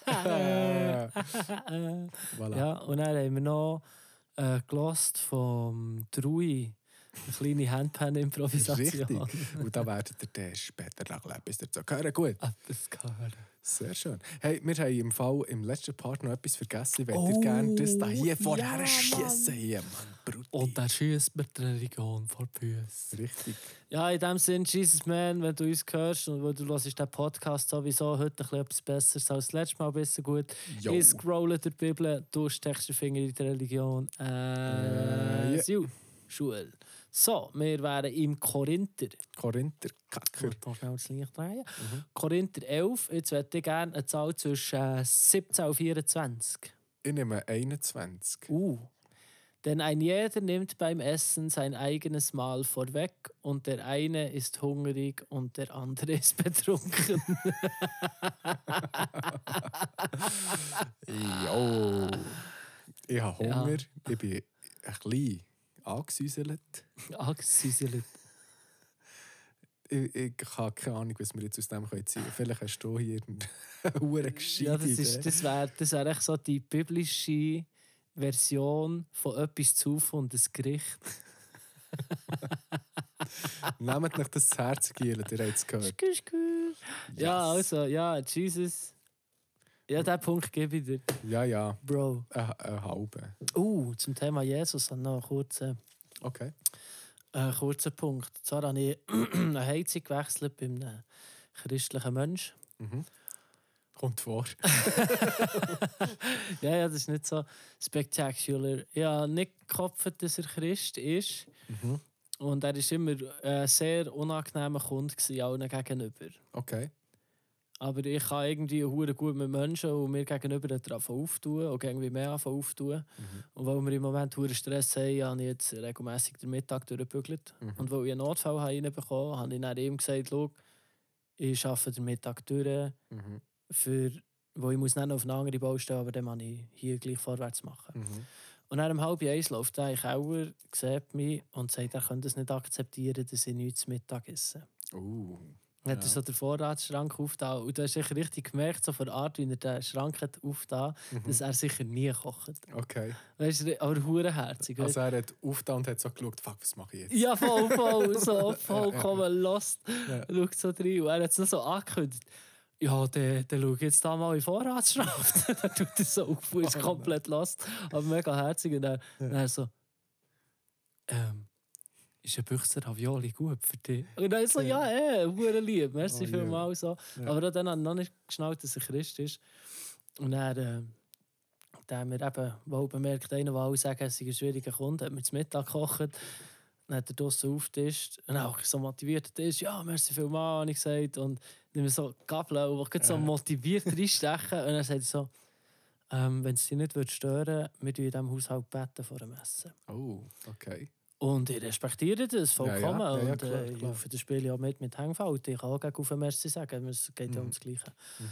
Voilà. Ja, und dann haben wir noch gelost vom Drui. Eine kleine Handpan-Improvisation. Richtig. Und da werdet ihr dann später noch etwas dazu hören. Gut, Das kann man. sehr schön. Hey, wir haben im Fall im letzten Part noch etwas vergessen. Ich Oh, würde gerne das da hier ja, vorher Mann. schiessen. Hier, Mann. Brutti. Und dann schießt mir die Religion vor die Füße. Richtig. Ja, in dem Sinn, Jesus Man, wenn du uns hörst und du hörst den Podcast sowieso heute ein bisschen etwas Besseres als das letzte Mal, besser gut. Jo. Ich scrolle durch die Bibel, du steckst den Finger in die Religion. Ja. Schule. So, wir wären im Korinther. Korinther Ich Kacker. will hier schnell das Licht drehen. Korinther 11, jetzt hätte ich gerne eine Zahl zwischen 17 und 24. Ich nehme 21. Denn ein jeder nimmt beim Essen sein eigenes Mahl vorweg und der eine ist hungrig und der andere ist betrunken. Jo. Ich habe Ja. Hunger. Ich bin ein bisschen angesäuselt. Angesüßelt. Ich habe keine Ahnung, was wir jetzt aus dem ziehen können. Vielleicht hast du hier eine hure gescheite Ja, Idee. das wär echt so die biblische Version von etwas zu und ein Gericht. Nehmt euch das zu Herzen, Giel, ihr habt es gehört. Ja, Yes. also, ja, Jesus. Ja, den Punkt gebe ich dir, Ja, Bro. eine halbe. Zum Thema Jesus noch einen Okay. kurzen Punkt. Zwar habe ich eine Heizung gewechselt bei einem christlichen Menschen. Mhm. Kommt vor. Ja, das ist nicht so spektakulär. Ich habe nicht gehofft, dass er Christ ist. Mhm. Und er war immer ein sehr unangenehmer Kunde allen gegenüber. Okay. Aber ich kann irgendwie hure gut mit Menschen und mir gegenüber auftun und irgendwie mehr auftun. Und weil wir im Moment hure Stress haben, habe ich jetzt regelmässig den Mittag durchgebügelt. Und weil ich einen Notfall reinbekommen habe, habe ich dann ihm gesagt, schau, ich arbeite den Mittag durch, Mhm. wo ich muss dann auf eine andere Baustelle, aber dann kann ich hier gleich vorwärts machen. Mhm. Und dann um 12:30 läuft er in den Keller, sieht mich und sagt, er könnte es nicht akzeptieren, dass ich nichts zu Mittag esse. Dann hat er so den Vorratsschrank aufgetan. Und du hast echt richtig gemerkt, so von der Art, wie er den Schrank hat aufgetan, dass er sicher nie kocht. Okay. Weißt du, aber hurenherzig. Also er hat aufgetan und hat so geschaut, fuck, was mache ich jetzt? Ja, voll, so vollkommen lost. Ja. Schaut so rein. Und er hat es noch so angekündigt. Ja, dann schau jetzt da mal in den Vorratsschrank. Dann tut er so auf und ist komplett lost. Aber mega herzig. Und dann so, ist ein Büchser Ravioli gut für dich? Und dann so, ja, hure lieb, merci vielmals. So. Ja. Aber dann hat er noch nicht geschnallt, dass er Christ ist. Und dann haben wir eben wohl bemerkt, einer, der alle sagen, es sei ein schwieriger Kunde, hat mir zu Mittag gekocht. Dann hat er draussen aufgetischt und auch so motiviert ist, ja, merci vielmals, habe ich gesagt. Und dann wir so Gabeln und so motiviert reinstechen. Und dann sagt er so, wenn es dich nicht stören würde, wir beten in diesem Haushalt beten vor dem Essen. Oh, okay. Und ich respektiere das vollkommen. Ja, und klar. ich hoffe, das Spiel ja mit Hängfalt. Ich kann auch gegen auf Merci sagen, es geht ja um das Gleiche.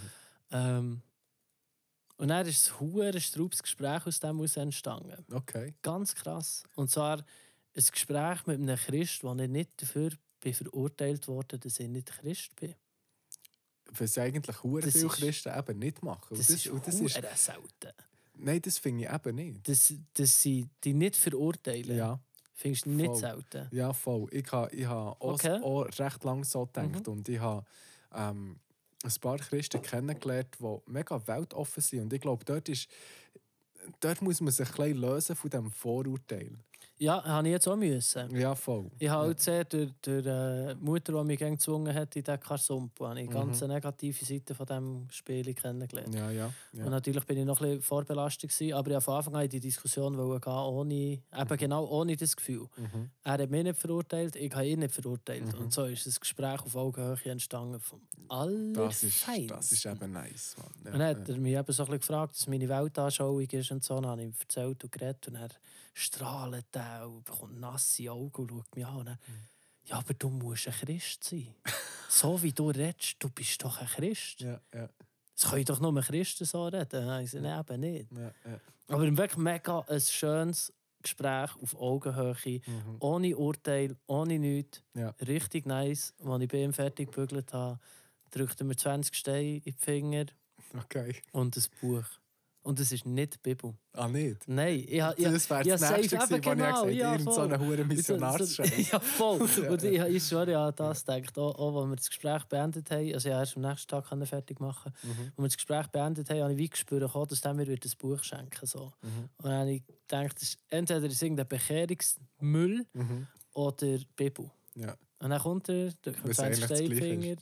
Und dann ist ein hure straubes Gespräch aus dem heraus entstanden. Okay. Ganz krass. Und zwar ein Gespräch mit einem Christ, wo ich nicht dafür bin verurteilt wurde, dass ich nicht Christ bin. Was eigentlich hure viele Christen eben nicht machen. Das ist selten. Nein, das finde ich eben nicht. Dass sie dich nicht verurteilen. Ja. Findest du nicht Voll. selten? Ja, voll. Ich habe auch recht lange so gedacht. Und ich habe ein paar Christen kennengelernt, die mega weltoffen sind. Und ich glaube, dort muss man sich ein bisschen lösen von diesem Vorurteil. Ja, habe ich jetzt auch müssen. Ja, voll. Ich habe auch sehr durch die Mutter, die mich gerne gezwungen hat, in diesen Karsumpo, habe ich eine ganz negative Seite von diesem Spiel kennengelernt. Ja. Und natürlich bin ich noch ein bisschen vorbelastet gewesen, aber ich wollte von Anfang an in die Diskussion gehen, ohne das Gefühl. Er hat mich nicht verurteilt, ich habe ihn nicht verurteilt. Und so ist das Gespräch auf Augenhöhe entstanden vom Allerfeinsten. Das ist eben nice, Mann. Ja, und dann hat er mich eben so ein bisschen gefragt, was meine Weltanschauung ist und so. Dann habe ich ihm erzählt und geredet und er strahlt und bekommt nasse Augen und schaut mich an. Und dann, ja, aber du musst ein Christ sein. So wie du redest, du bist doch ein Christ. Ja. Es können doch nur Christen so reden. Dann habe ich gesagt, nein, eben nicht. Ja. Aber wirklich mega ein schönes Gespräch auf Augenhöhe, ohne Urteil, ohne nichts. Ja. Richtig nice. Als ich bei ihm fertig gebügelt habe, drückte er mir 20 Steine in die Finger Okay. und ein Buch. Und es ist nicht die Bibel. Ah, nicht? Nein. Das wäre das Nächste gewesen, genau, wo ich gesagt habe, so eine hure Missionarsscheiße. Ja, voll. Und ich schwöre, an das gedacht, auch als wir das Gespräch beendet haben, also ja, erst am nächsten Tag fertig machen. Als wir das Gespräch beendet haben, habe ich wie gespürt, dass der mir ein Buch schenken so. Und dann habe ich gedacht, entweder ist irgendein Bekehrungsmüll oder die Bibel. Ja. Und dann kommt er, drückt mir Was 20 eigentlich das Steinfinger.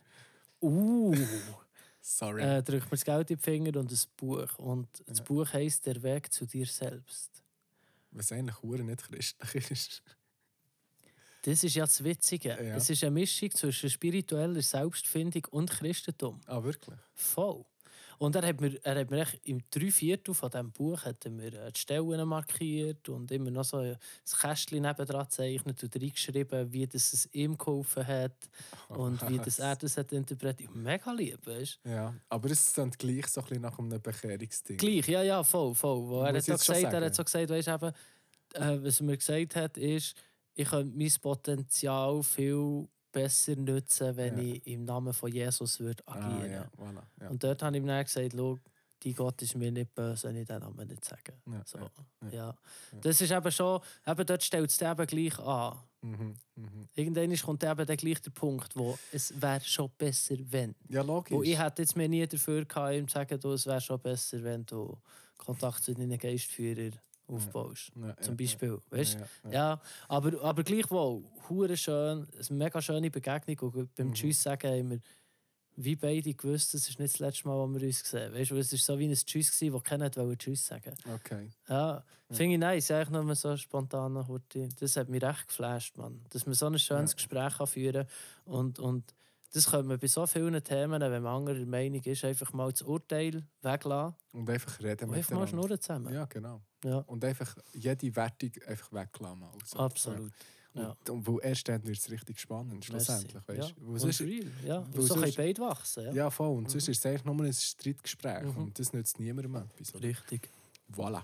Sorry. Drückt mir das Geld in die Finger und ein Buch. Und das Buch heisst «Der Weg zu dir selbst». Was eigentlich hure nicht christlich ist. Das ist ja das Witzige. Ja. Es ist eine Mischung zwischen spiritueller Selbstfindung und Christentum. Ah, wirklich? Voll. Und er hat mir echt im 3/4 von diesem Buch hat er mir die Stellen markiert und immer noch so ein Kästchen nebendran gezeichnet und reingeschrieben, wie das es ihm geholfen hat und wie das er das hat interpretiert. Mega lieb, weißt du? Ja, aber es ist dann gleich so ein bisschen nach einem Bekehrungsding. Gleich, ja, voll. Wo er Muss hat ich so jetzt schon gesagt, sagen. weißt du, eben, was er mir gesagt hat, ist, ich könnte mein Potenzial viel besser nutzen, wenn ich im Namen von Jesus würde agieren. Ja, voilà, ja. Und dort habe ich ihm dann gesagt, schau, dein Gott ist mir nicht böse, wenn ich den Namen nicht sage. Ja, So, ja. ja. Das ist eben schon, eben dort stellt es eben gleich an. Irgendwann kommt eben dann gleich der Punkt, wo es wäre schon besser, wenn. Ja, logisch. Wo ich hätte jetzt mir nie dafür gehabt, ihm zu sagen, du, es wäre schon besser, wenn du Kontakt zu deinen Geistführern aufbaust. Ja, Zum Beispiel. Weißt? Ja. Ja, aber gleichwohl, hure schön, eine mega schöne Begegnung. Und beim Tschüss sagen haben wir, wie beide gewusst, das ist nicht das letzte Mal, wo wir uns gesehen haben. Weißt du, es war so wie ein Tschüss, das keiner wollte Tschüss sagen. Okay. Ja, finde ich nice, eigentlich nur so spontan noch heute. Das hat mich recht geflasht, Mann. Dass man so ein schönes Gespräch führen kann. Und das können wir bei so vielen Themen, wenn man anderer Meinung ist, einfach mal das Urteil weglassen. Und einfach reden Und einfach mal schnurren zusammen. Ja, genau. Ja. Und einfach jede Wertung einfach weglassen. Also. Absolut. Ja. Und weil erst dann wird es richtig spannend, schlussendlich. Weißt? Ja. Weil sonst, real. Ja. weil So können sonst- beide wachsen. Ja. ja, voll. Und sonst ist es eigentlich nur ein Streitgespräch. Und das nützt niemandem etwas. Oder? Richtig. Voilà.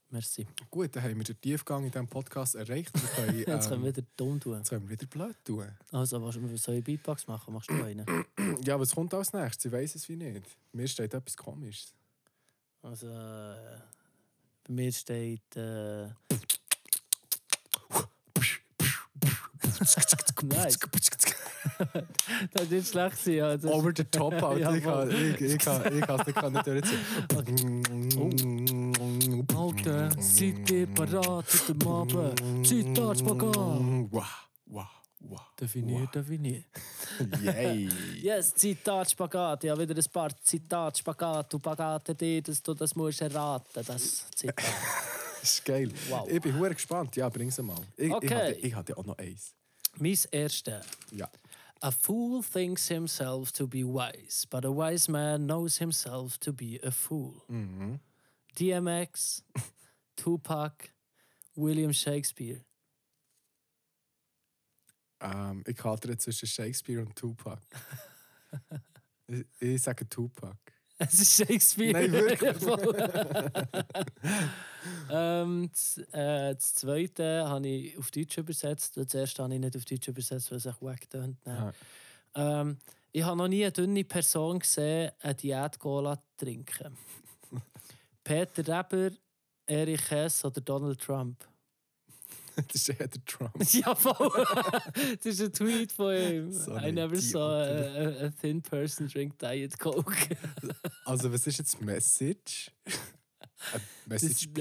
Merci. Gut, dann haben wir den Tiefgang in diesem Podcast erreicht. Wir können, Jetzt können wir wieder dumm tun. jetzt können wir wieder blöd tun. Also, was soll ich Beatbox machen? Machst du einen? Ja, was kommt als nächstes? Ich weiss es wie nicht. Mir steht etwas Komisches. Also, bei mir steht... Nice. Das ist nicht schlecht sein. Also. Over the top, Alter. Ja, ich kann es nicht durchziehen. Alter, seid ihr parat heute Abend? Zitat-Spagat. Wow. Definiert. Yay. Yes, Zitat-Spagat. Ja, wieder ein paar Zitat-Spagat. Du pagate dir, dass du das musst erraten. Das Zitat. Das ist geil. Wow. Ich bin verdammt gespannt. Ja, bring's mal. Okay. Ich hatte auch noch eins. Mein erster. Ja. A fool thinks himself to be wise, but a wise man knows himself to be a fool. DMX, Tupac, William Shakespeare. Ich halte zwischen Shakespeare und Tupac. ich sage Tupac. Es ist Shakespeare. Nein, wirklich. Das zweite habe ich auf Deutsch übersetzt. Das erste habe ich nicht auf Deutsch übersetzt, weil es echt wack tönt. Ich habe noch nie eine dünne Person gesehen, eine Diät-Cola trinken. Peter Reber, Erich Hess oder Donald Trump? Das ist eher der Trump. Ja, voll. Das ist ein Tweet von ihm. So I never saw a thin person drink Diet Coke. Also, was ist jetzt Message? Message,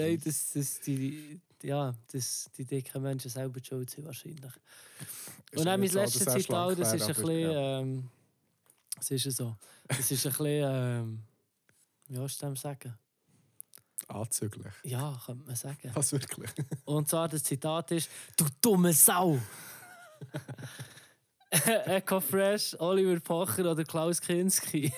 die dicken Menschen selber die schuld sind wahrscheinlich. Ist Und dann mein nicht so, letztes dass er Zitat, schlank das ist wäre, ein bisschen... Es ist ja so. Es ist ein bisschen... wie soll ich das sagen? anzüglich. Ja, könnte man sagen. Was wirklich? Und zwar das Zitat ist: Du dumme Sau! Echo Fresh, Oliver Pocher oder Klaus Kinski?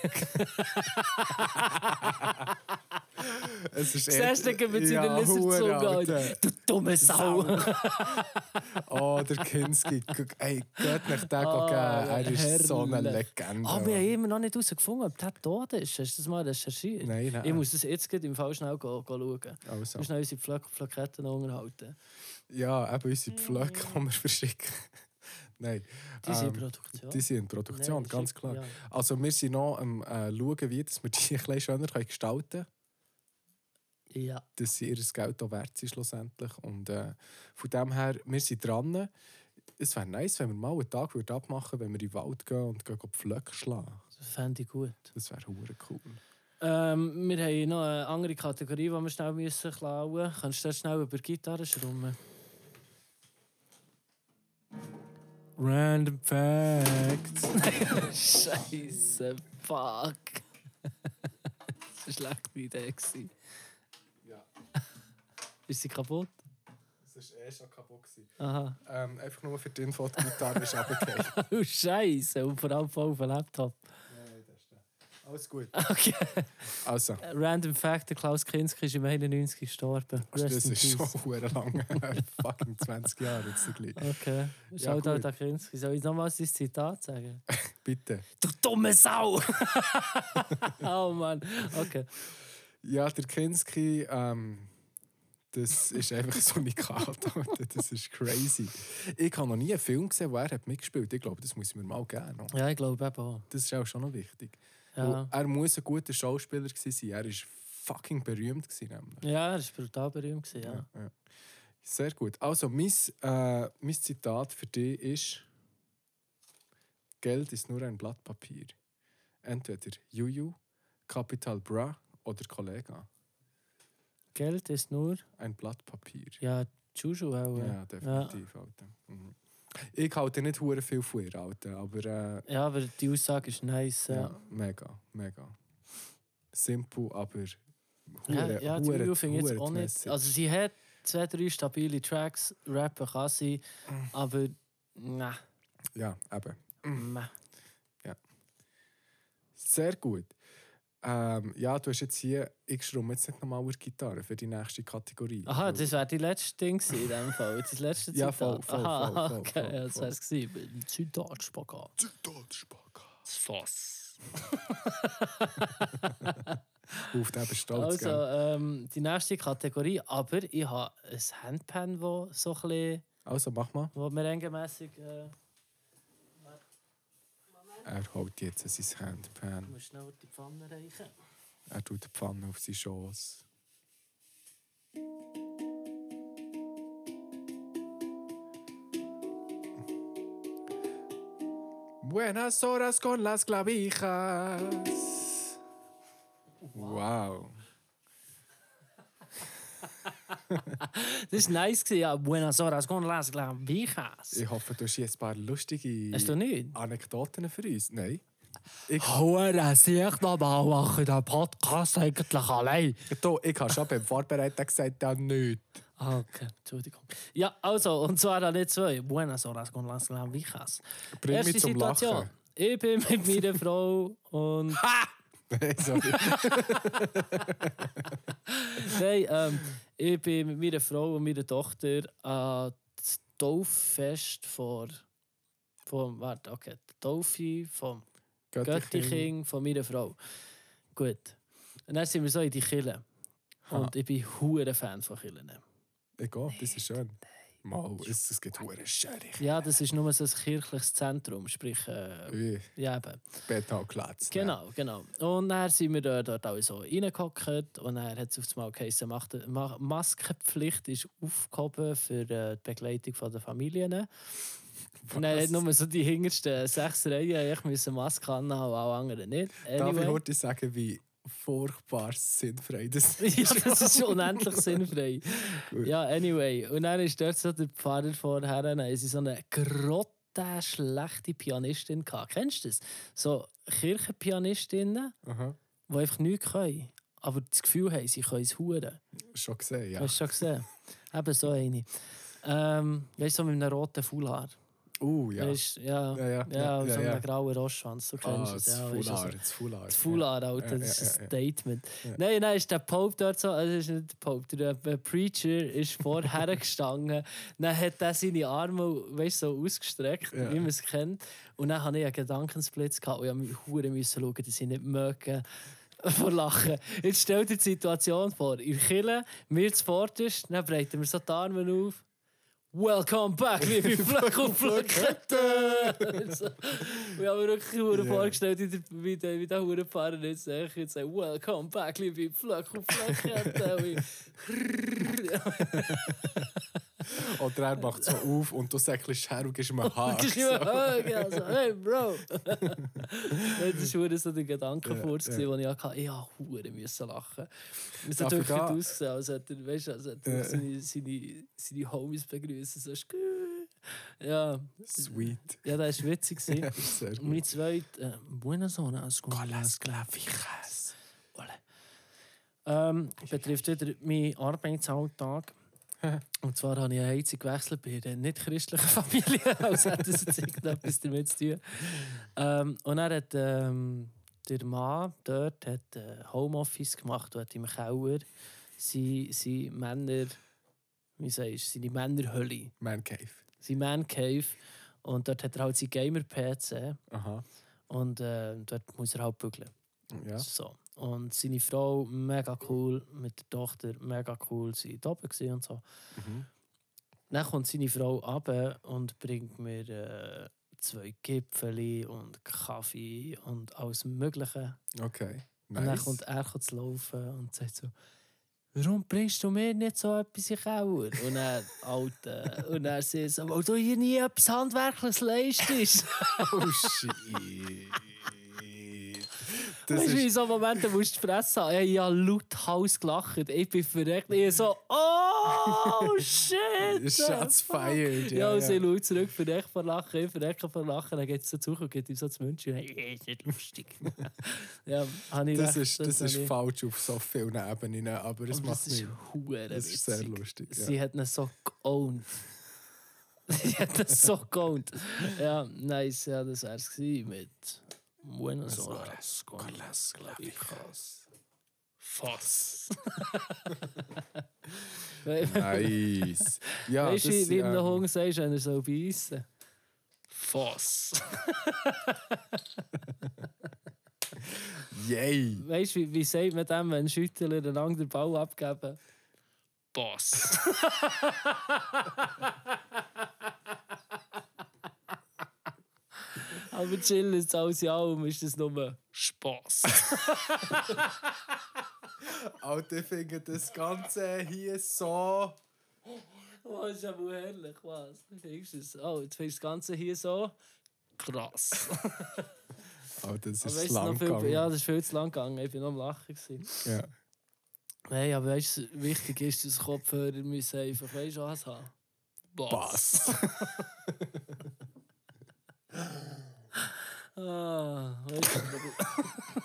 Es ist Siehst du, mit seiner Lizard-Zunge. Du dumme Sau! Oh, der Kinski. Ey, geht nicht den geben. Er ist so eine Legende. Aber wir haben immer noch nicht herausgefunden, ob der tot ist. Hast du das mal recherchiert? Nein. Ich muss das jetzt im Fall schnell schauen. Also. Wir schnell unsere Plaketten unterhalten. Ja, eben unsere Pflöcke, die wir verschicken. Nein. Die sind in Produktion. Die sind in Produktion, Nein, ganz klar. Ja. Also wir sind noch am schauen, wie dass wir die ein bisschen schöner gestalten können. Ja. Dass sie ihr Geld auch wert sind schlussendlich. Und von dem her, wir sind dran. Es wäre nice, wenn wir mal einen Tag abmachen würden, wenn wir in den Wald gehen und Pflöcke schlagen. Das fände ich gut. Das wäre verdammt cool. Wir haben noch eine andere Kategorie, die wir schnell müssen klauen müssen. Kannst du das schnell über die Gitarre schrauben? Random Facts. Scheiße, fuck. Das war eine schlechte Idee. Ja. Ist sie kaputt? Es war schon kaputt. Aha. Einfach nur für die Info, die Gitarre ist runtergefallen. Oh, Scheiße. Und vor allem voll auf dem Laptop. Nein, das ist der. Alles gut. Okay. Also. Random Fact: der Klaus Kinski ist im 91 gestorben. Das ist schon verdammt lang. Fucking 20 Jahre jetzt gleich. Okay. Schau da, der Kinski. Soll ich nochmals das Zitat sagen? Bitte. Du dumme Sau! Oh Mann. Okay. Ja, der Kinski, das ist einfach so unikat. Das ist crazy. Ich habe noch nie einen Film gesehen, wo er hat mitgespielt hat. Ich glaube, das muss ich mir mal geben. Noch. Ja, ich glaube eben auch. Das ist auch schon noch wichtig. Ja. Er muss ein guter Schauspieler gewesen sein. Er war fucking berühmt gewesen, nämlich. Ja, er war brutal berühmt gewesen, ja. Ja. Sehr gut. Also, mein Zitat für dich ist: Geld ist nur ein Blatt Papier. Entweder Juju, Capital Bra oder Kollega. Geld ist nur... Ein Blatt Papier. Ja, Juju auch. Ja, definitiv. Ja. Alter. Mhm. Ich halte nicht hure viel von ihr, Alter, aber... ja, aber die Aussage ist nice. Ja, mega. Simpel, aber... Ja, die Juju finde ich jetzt auch nicht... Also sie hat 2-3 stabile Tracks, rappen kann sie, aber... Nein. Ja, eben. Meh. Ja. Sehr gut. Ja, du hast jetzt hier... Ich schrumme jetzt nicht nochmal über die Gitarre für die nächste Kategorie. Aha, das wäre die letzte Ding in dem Fall. Das letzte Zitat. Ja, voll. Aha, okay, voll, ja, das wäre es gewesen. Zitat-Spagat. Zitat-Spagat. Das Fass. Auf den stolz, Also, gell? die nächste Kategorie, aber ich habe ein Handpan, das so ein bisschen, Also, mach mal. wo merengemässig... Er holt jetzt sein Handpan. Ich muss schnell die Pfanne reichen. Er tut die Pfanne auf seinen Schoss. Buenas horas con las clavijas. Wow. Das war nice, ja. Buenas horas con las clavijas. Ich hoffe, du hast jetzt ein paar lustige Hast du nicht? Anekdoten für uns. Nein. Hure sich nochmal machen, den Podcast eigentlich allein. Ich habe schon beim Vorbereiten gesagt, ja nicht. Okay, Entschuldigung. Ja, also, und zwar alle zwei. Buenas horas con las clavijas. Bring Erste mich zum Situation. Lachen. Ich bin mit meiner Frau und... Nein, sorry. Nein, ich bin mit meiner Frau und meiner Tochter an das Tauffest vom Taufe vom Göttiching von meiner Frau. Gut. Und dann sind wir so in die Kirche. Und ich bin hure Fan von Kirchen. Egal, das ist schön. Mal, es geht hure schörig. Ja, das ist nur so ein kirchliches Zentrum, sprich... Wie ja, eben. Betonplatz. Genau, genau. Und dann sind wir dort alle so reingehockt und dann hat es auf einmal geheißen, Maskenpflicht ist aufgehoben für die Begleitung der Familien. Und dann hat nur so die hintersten 6 Reihen ich müssen Maske anhaben und alle anderen nicht. Darf ich heute sagen, wie furchtbar sinnfrei das ist? Ja, das ist unendlich sinnfrei. Ja, anyway. Und dann ist dort so der Pfarrer vorher, dann haben sie so eine grottenschlechte Pianistin gehabt. Kennst du das? So Kirchenpianistinnen, Aha. die einfach nichts können. Aber das Gefühl haben, sie können es huren. Schon gesehen, ja. Hast du schon gesehen? Eben so eine. Weißt du, so mit einem roten Fullhaar. Ja. Weißt, ja, ja, so ja. einem grauen Rostschwanz. Du kennst es. Ja, weißt du, so. Das Fular. Das Fullhaar, Alter, das ist ein Statement. Ja. Nein, dann ist der Pope dort so, also ist nicht der Pope, der Preacher ist vorher gestanden. Dann hat er seine Arme, weißt, so ausgestreckt, wie man es kennt. Und dann hatte ich einen Gedankensblitz gehabt und ich musste schauen, dass ich nicht mögen vor Lachen. Jetzt stell dir die Situation vor. In der Kirche, wir zuvorderst, dann breiten wir so die Arme auf. Welcome back, liebe Flöck und Flöckette! So. Ich habe mir wirklich vorgestellt, wie der Hurenfahrer jetzt sagt, Welcome back, liebe Flöck und Flöckette! Oder er macht so auf und du säckelst her und gibst ihm einen Haar. Also, hey Bro! Das war so der Gedankenfurz, den ich hatte. Ich musste lachen. Es hat wirklich ausgesehen, als hätte er seine Homies begrüßen. So, ja. Sweet. Ja, das war witzig. Sehr gut. Und meine zweite, Buenas horas con las clavijas. Betrifft wieder meinen Arbeitsalltag. Und zwar habe ich eine Heizung gewechselt bei einer nicht-christlichen Familie, als hätte es jetzt irgendetwas damit zu tun. Und er hat der Mann dort Homeoffice gemacht und hat im Keller seine Männer, wie sagst du, seine Männerhölle. Man Cave. Sein Man Cave. Und dort hat er halt sein Gamer-PC. Aha. Und dort muss er halt bügeln. Ja. So. Und seine Frau, mega cool, mit der Tochter, mega cool, sie waren oben und so. Mhm. Dann kommt seine Frau runter und bringt mir 2 Gipfeli und Kaffee und alles Mögliche. Okay. Nice. Und dann kommt er zu laufen und sagt so: «Warum bringst du mir nicht so etwas in den Keller?» Und er, Alter, und er sagt so: «Weil du hier nie etwas Handwerkliches leistest.» Oh shit. Weißt du, in so Momenten musst du die Fresse haben. Ich habe laut Hals gelacht. Ich bin verreckt. Ich so, oh shit! Shots fired. Ja, und sie schaut zurück, verreckt vor Lachen, ich verrecke vor Lachen. Dann geht sie so zurück und gibt ihm so das München. Hey, ist nicht lustig. Ja, habe ich Das recht, ist falsch auf so vielen Ebenen, aber es macht nicht. Das ist sehr lustig. Ja. Sie hat ihn so geowned. Sie hat ihn so geowned. Ja, nice. Ja, das war es mit Buenas horas con las clavijas. Fass. Nice. Ja, Weißt du, wie ihm der Hund sagt, wenn er so beißen? Fass. Yay! Weißt du, wie sagt man dem, wenn Schüttler einander den Ball abgeben? Boss. Aber chill ist alles in allem, ist das nur... Spass. Alter, ich finde das Ganze hier so... Oh, das ist ja wohl herrlich, was? Findest du das? Oh, jetzt findest du das Ganze hier so... Krass. Oh, das Aber ist weißt du, lang noch viel, gegangen. ja, das ist viel zu lang gegangen. Ich war noch am Lachen. Ja. Nein, aber weißt du, wichtig ist, dass Kopfhörer müssen einfach, weißt du, was haben. Bass. Ah, weißt du.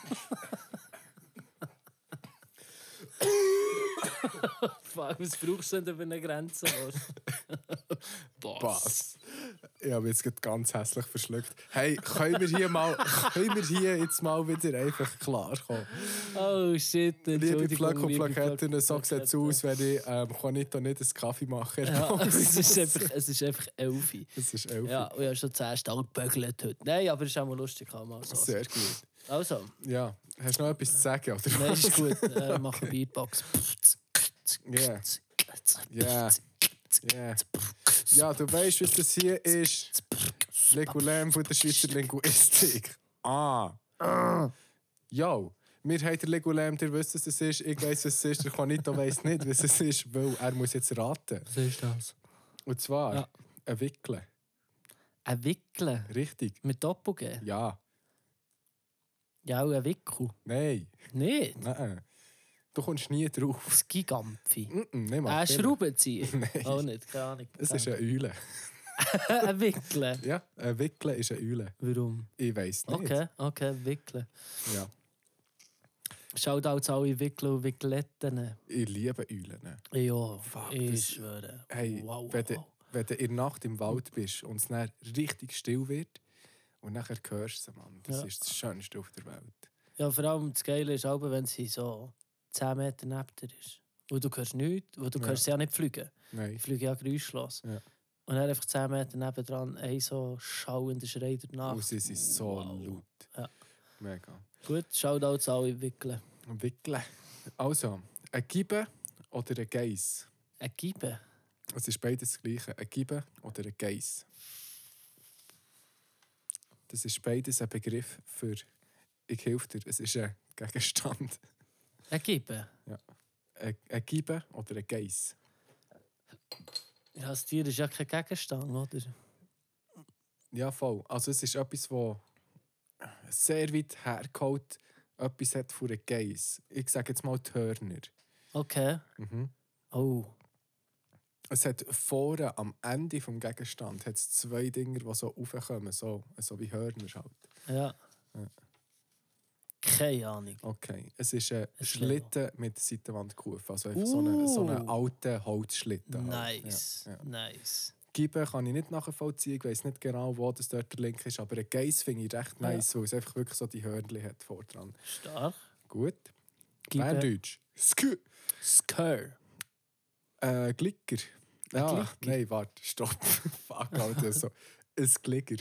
Fuck, was brauchst du denn, wenn du eine Grenze hast? Bass. Ich habe jetzt gerade ganz hässlich verschluckt. Hey, können wir hier jetzt mal wieder einfach klarkommen? Oh shit, Liebe Entschuldigung. Flöcko-Plaketten, so sieht es aus, wenn ich Juanito nicht einen Kaffee mache. Ja, es ist einfach 11. Es ist 11. Ja, und ich habe schon 10 Stunden gebügelt heute. Nein, aber es ist auch mal lustig. Mal so. Sehr gut. Also, Ja, hast du noch etwas zu sagen? Oder? nein, ist gut. Mach eine Beatbox. Yeah. Ja. Yeah. Ja, du weißt, was das hier ist. Legulem von der Schweizer Linguistik. Jo, wir haben den Legulem, der wisst, was es ist. Ich weiss, was es ist. Der Juanito weiss nicht, was es ist, weil er muss jetzt raten. Was ist das? Und zwar Ja. ein Wickeln. Ein Wickeln? Richtig. Mit Doppel-G? Ja. Ja, auch ein Wickel. Nein. Nicht? Nein. Du kommst nie drauf. Das Gigampfi. Nicht mal. Ein Schraubenzieher? Nein. Auch nicht, keine Ahnung. Es ist eine Eule. Ein Wickeln? Ja, ein Wickeln ist eine Eule. Warum? Ich weiss nicht. Okay, Wickeln. Ja. Schaut auch zu alle Wickler und Wickletten. Ich liebe Eulen. Ja, Fuck, ich das- schwöre. Hey, Wow, wenn, wow. wenn du in der Nacht im Wald bist und es dann richtig still wird und nachher hörst du sie, Mann. Das Ja. ist das Schönste auf der Welt. Ja, vor allem das Geile ist auch, wenn sie so 10 Meter neben dir ist. Wo du hörst nichts, wo du Ja. hörst sie ja nicht fliegen. Nein. Die fliegen ja geräuschlos. Ja. Und dann einfach 10 Meter nebendran ein so schauender Schrei danach. Und sie sind so Wow. laut. Ja. Mega. Gut, schaut auch zu alle Wickeln. Wickeln. Also, ein Gibe oder ein Geiss? Ein Gibe? Es ist beides das Gleiche. Ein Gibe oder ein Geiss. Das ist beides ein Begriff für... Ich helfe dir, es ist ein Gegenstand. Ein Gibe? Ein Gibe oder ein Geiss. Ja, das Tier ist ja kein Gegenstand, oder? Ja, voll. Also es ist etwas, das sehr weit hergeholt etwas hat von einem Geiss. Ich sage jetzt mal die Hörner. Okay. Mhm. Oh. Es hat vorne am Ende des Gegenstands hat's 2 Dinger, die so raufkommen, so wie Hörner halt. Ja. Ja. Keine Ahnung. Okay. Es ist ein Ein Schlitten mit Seitenwandkufen. Also einfach so einen alten Holzschlitten. Halt. Nice. Ja, ja. Nice. Gibe kann ich nicht nachvollziehen. Ich weiss nicht genau, wo das dort der Link ist. Aber ein Geiss finde ich recht nice, weil es einfach wirklich so die Hörnchen hat vor dran. Stark. Gut. Gibe. Berndeutsch. Skr. Glicker. Ja, Glicker? nein, warte, stopp. Fuck, Alter, so. Ein Glicker.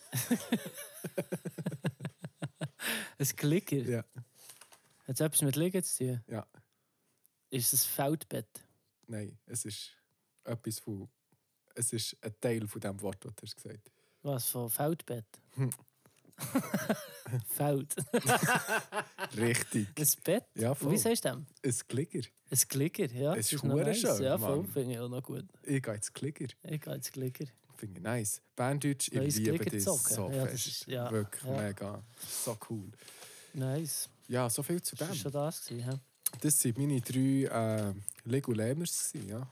Ein Klicker. Ja, Hat es etwas mit Liegen zu tun? ja. Ist es ein Feldbett? Nein, es ist etwas von... Es ist ein Teil von dem Wort, das du hast gesagt. Was, von Feldbett? Feld. Richtig. Ein Bett? Ja, voll. Wie sagst du dem? Ein Glicker. Ein Klicker, ja. Es ist das noch verdammt nice. schön, Ja, voll, Mann. finde ich auch noch gut. Ich gehe ins Glicker. Ich gehe ins Klicker. Finde ich nice. Berndeutsch, ich Neues liebe Glicker das zocken. so Ja, das fest. ist- ja, Wirklich ja. mega. So cool. Nice. Ja, so viel zu Das war dem. schon das gewesen, hä? Das waren meine 3 Legulämers. Ja.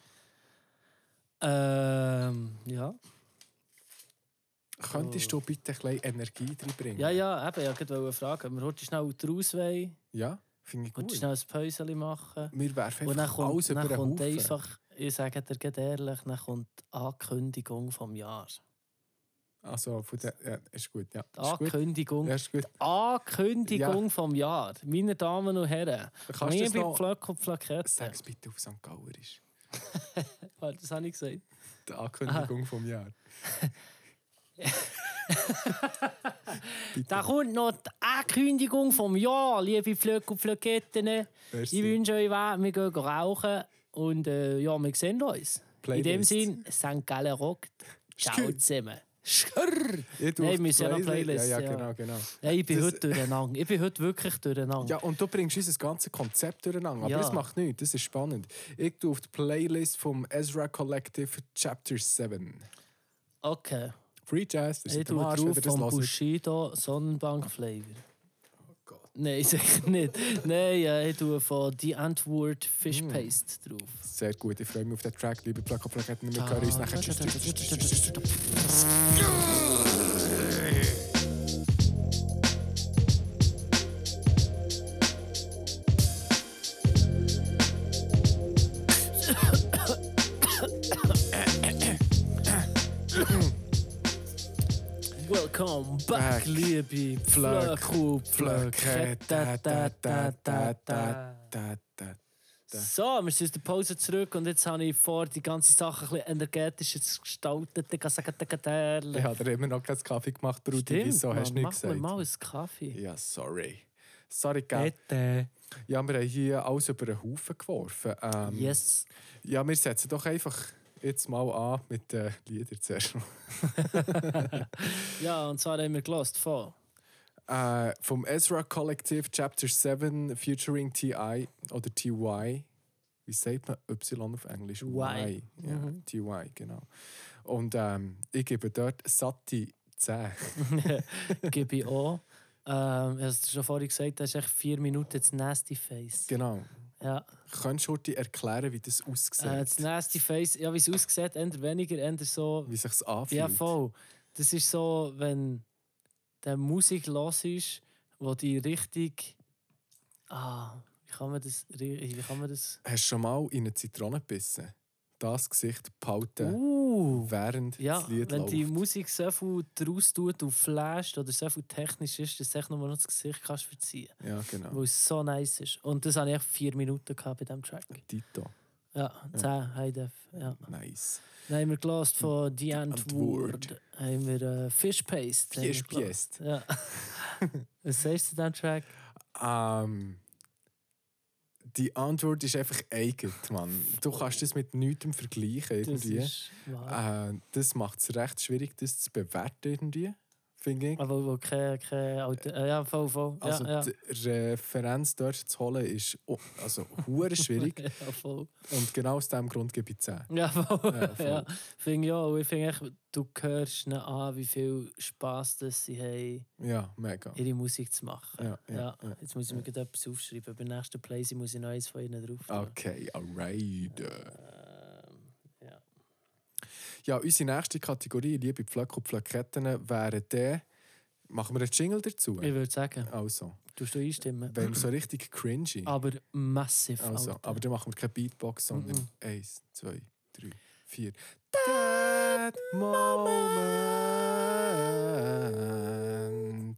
Ja. Könntest du bitte ein bisschen Energie reinbringen? Ja, eben, ich wollte fragen. Wir heute schnell raus wollen, Ja, finde ich heute gut. schnell ein Päuschen machen. Wir werfen Und dann einfach alles über dann den kommt Haufen. einfach, ich sage dir ganz ehrlich, dann kommt die Ankündigung vom Jahr. Also, von der, ja, ist gut. Ja, Die ist gut. Ankündigung, Ja, ist gut. Ankündigung vom Jahr. Meine Damen und Herren, Kannst du das liebe noch... Pflöcke und Plaketten. Sag es bitte auf St. Gauerisch. Warte, das habe ich gesagt. Die Ankündigung vom Jahr. Da kommt noch die Ankündigung vom Jahr, liebe Flöcke und Flöcketten. Merci. Ich wünsche euch was, wir gehen rauchen und ja, wir sehen uns. Playlist. In dem Sinn, St. Gallen rockt. Ciao Skr. zusammen. Skr. Ich tue Nein, auf wir müssen ja noch Playlist. Ja, genau. Ja, ich bin Das- heute durcheinander. Ich bin heute wirklich durcheinander. Ja, und du bringst unser ganzes Konzept durcheinander. Aber Ja. das macht nichts, das ist spannend. Ich tue auf die Playlist vom Ezra Collective Chapter 7. Okay. Free Jazz, das Ich ist der tue Marsch, wenn drauf ihr das vom hört. Bushido Sonnenbank Flavor. Oh Gott. Nein, sicher nicht. Nein, ich tue von The Antwoord Fish Paste drauf. Sehr gut, ich freue mich auf den Track. Liebe Plug-Up-Pluggetten, wir hören uns nachher. Tschüss. Welcome back, Back. liebe Flöck, Flöcke. Da. So, wir sind aus der Pause zurück und jetzt habe ich vor, die ganze Sache ein bisschen energetischer zu gestalten. Ich habe dir immer noch keinen Kaffee gemacht, Brudi. Stimmt, Wieso hast du Mann, nichts mach mir gesagt? mal einen Kaffee. Ja, sorry. Sorry, gell? Bitte. Ja, wir haben hier alles über den Haufen geworfen. Yes. Ja, wir setzen doch einfach jetzt mal an mit den Liedern zuerst. Ja, und zwar haben wir gelost von Vom Ezra Collective Chapter 7 featuring TI oder TY. Wie sagt man Y auf Englisch? Y. Ja, TY, genau. Und ich gebe dort Sati 10. gebe ich auch. Hast du schon vorhin gesagt, das ist echt 4 Minuten das Nasty Face. Genau. Ja. Könntest du dir erklären, wie das aussieht? Das Nasty Face, ja, wie es aussieht, eher weniger, eher so. Wie sich anfühlt? Ja, voll. Das ist so, wenn der Musik los ist, wo die richtig. Wie kann man das. Hast du schon mal in eine Zitrone gebissen? Das Gesicht behalten, während Ja, das Lied wenn läuft. die Musik so viel draus tut und flasht oder so viel technisch ist, dass du echt nur noch das Gesicht kannst verziehen. Ja, genau. Weil es so nice ist. Und das hatte ich echt 4 Minuten bei diesem Track. Tito. Ja, 10 High Def. Ja. Nice. Dann haben wir gelost von The Antwoord. Antwoord. Haben wir Fish Paste. Fish Paste. Ja. Was sagst du zu diesem Track? Die Antwort ist einfach eigen, Mann. Du kannst das mit nichts vergleichen irgendwie. Das ist wahr. Das macht es recht schwierig, das zu bewerten irgendwie, finde ich. Aber wo keine alte. Ja, voll. Also ja. die Referenz dort zu holen ist hure schwierig. Ja, voll. Und genau aus diesem Grund gebe ich 10. Ja, voll. Ja, voll. Ja, finde ich auch. Ich finde echt, du hörst ihnen an, wie viel Spass das sie haben, Ja, mega. ihre Musik zu machen. Ja. Jetzt muss ich mir gerade etwas aufschreiben. Bei der nächsten Playsee muss ich noch eins von ihnen drauf tun. Okay, alright. Ja. Ja, unsere nächste Kategorie, liebe Pflöcke und Pflöcketten, wäre der. Machen wir einen Jingle dazu? Ich würde sagen, Also, tust du einstimmen? wenn wir so richtig cringy. Aber massiv. Also, Alter. aber dann machen wir keine Beatbox, sondern Mhm. 1, 2, 3, 4. That moment.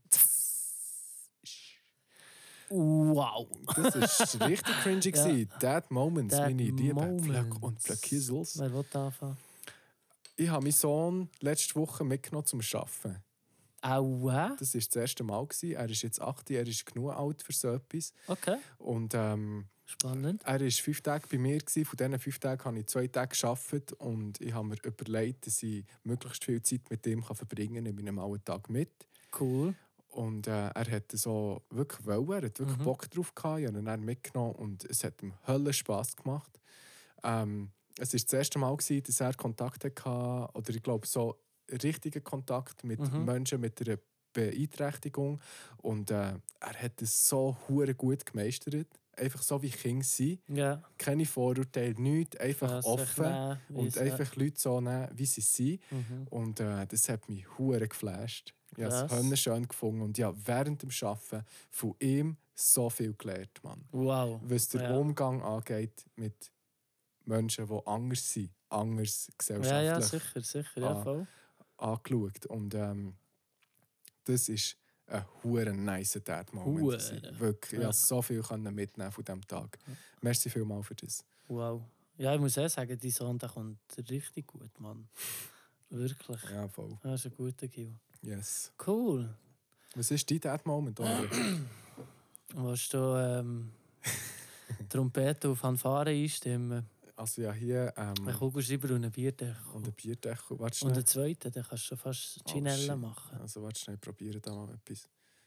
Wow. Das war richtig cringy. Ja. gewesen. That moments, That meine lieben moments. Pflöcke und Pflöckisels. Wer will anfangen? Ich habe meinen Sohn letzte Woche mitgenommen zum Arbeiten. Aua. Das war das erste Mal. Gewesen. Er ist jetzt 8, er ist genug alt für so etwas. Okay, Und spannend. er war 5 Tage bei mir. Gewesen. Von diesen 5 Tagen habe ich 2 Tage gearbeitet. Und ich habe mir überlegt, dass ich möglichst viel Zeit mit ihm verbringen kann. Ich nehme ihn mal einen Tag mit. Cool. Und er hat so wirklich wollen, er hat wirklich Bock drauf gehabt. Ich habe ihn dann mitgenommen und es hat ihm Hölle Spass gemacht. Es war das erste Mal, gewesen, dass er Kontakt hatte, oder ich glaube so richtigen Kontakt mit Menschen mit einer Beeinträchtigung. Und er hat es so hure gut gemeistert. Einfach so wie Kinder sind. Ja. Keine Vorurteile, nichts. Einfach offen. Und einfach Leute so nehmen, wie sie sind. Und das hat mich hure geflasht. Ich habe Krass. es schön gefunden. Und ja, während dem Arbeiten von ihm so viel gelernt, Mann. Wow. Was der Ja. Umgang angeht mit Menschen, die anders sind, anders gesellschaftlich Ja, sicher. Ja, voll. angeschaut. Und das ist ein hure nice Dad-Moment. Hure. gewesen. Wirklich, ich Ja. konnte so viel mitnehmen von diesem Tag. Merci vielmals für das. Wow. Ja, ich muss auch sagen, dein Sohn der kommt richtig gut, Mann. Wirklich. Ja, voll. Das ist ein guter Gil. Yes. Cool. Was ist dein Dad-Moment, oder? Willst du Trompete und Fanfare einstimmen? Also ja, hier Ein Kugelschreiber und ein Bierdeckel. und ein Bierdeckel. Warte Und schnell. den zweiten, den kannst du fast Ginella shit. machen. Also warte schnell, probieren da mal etwas.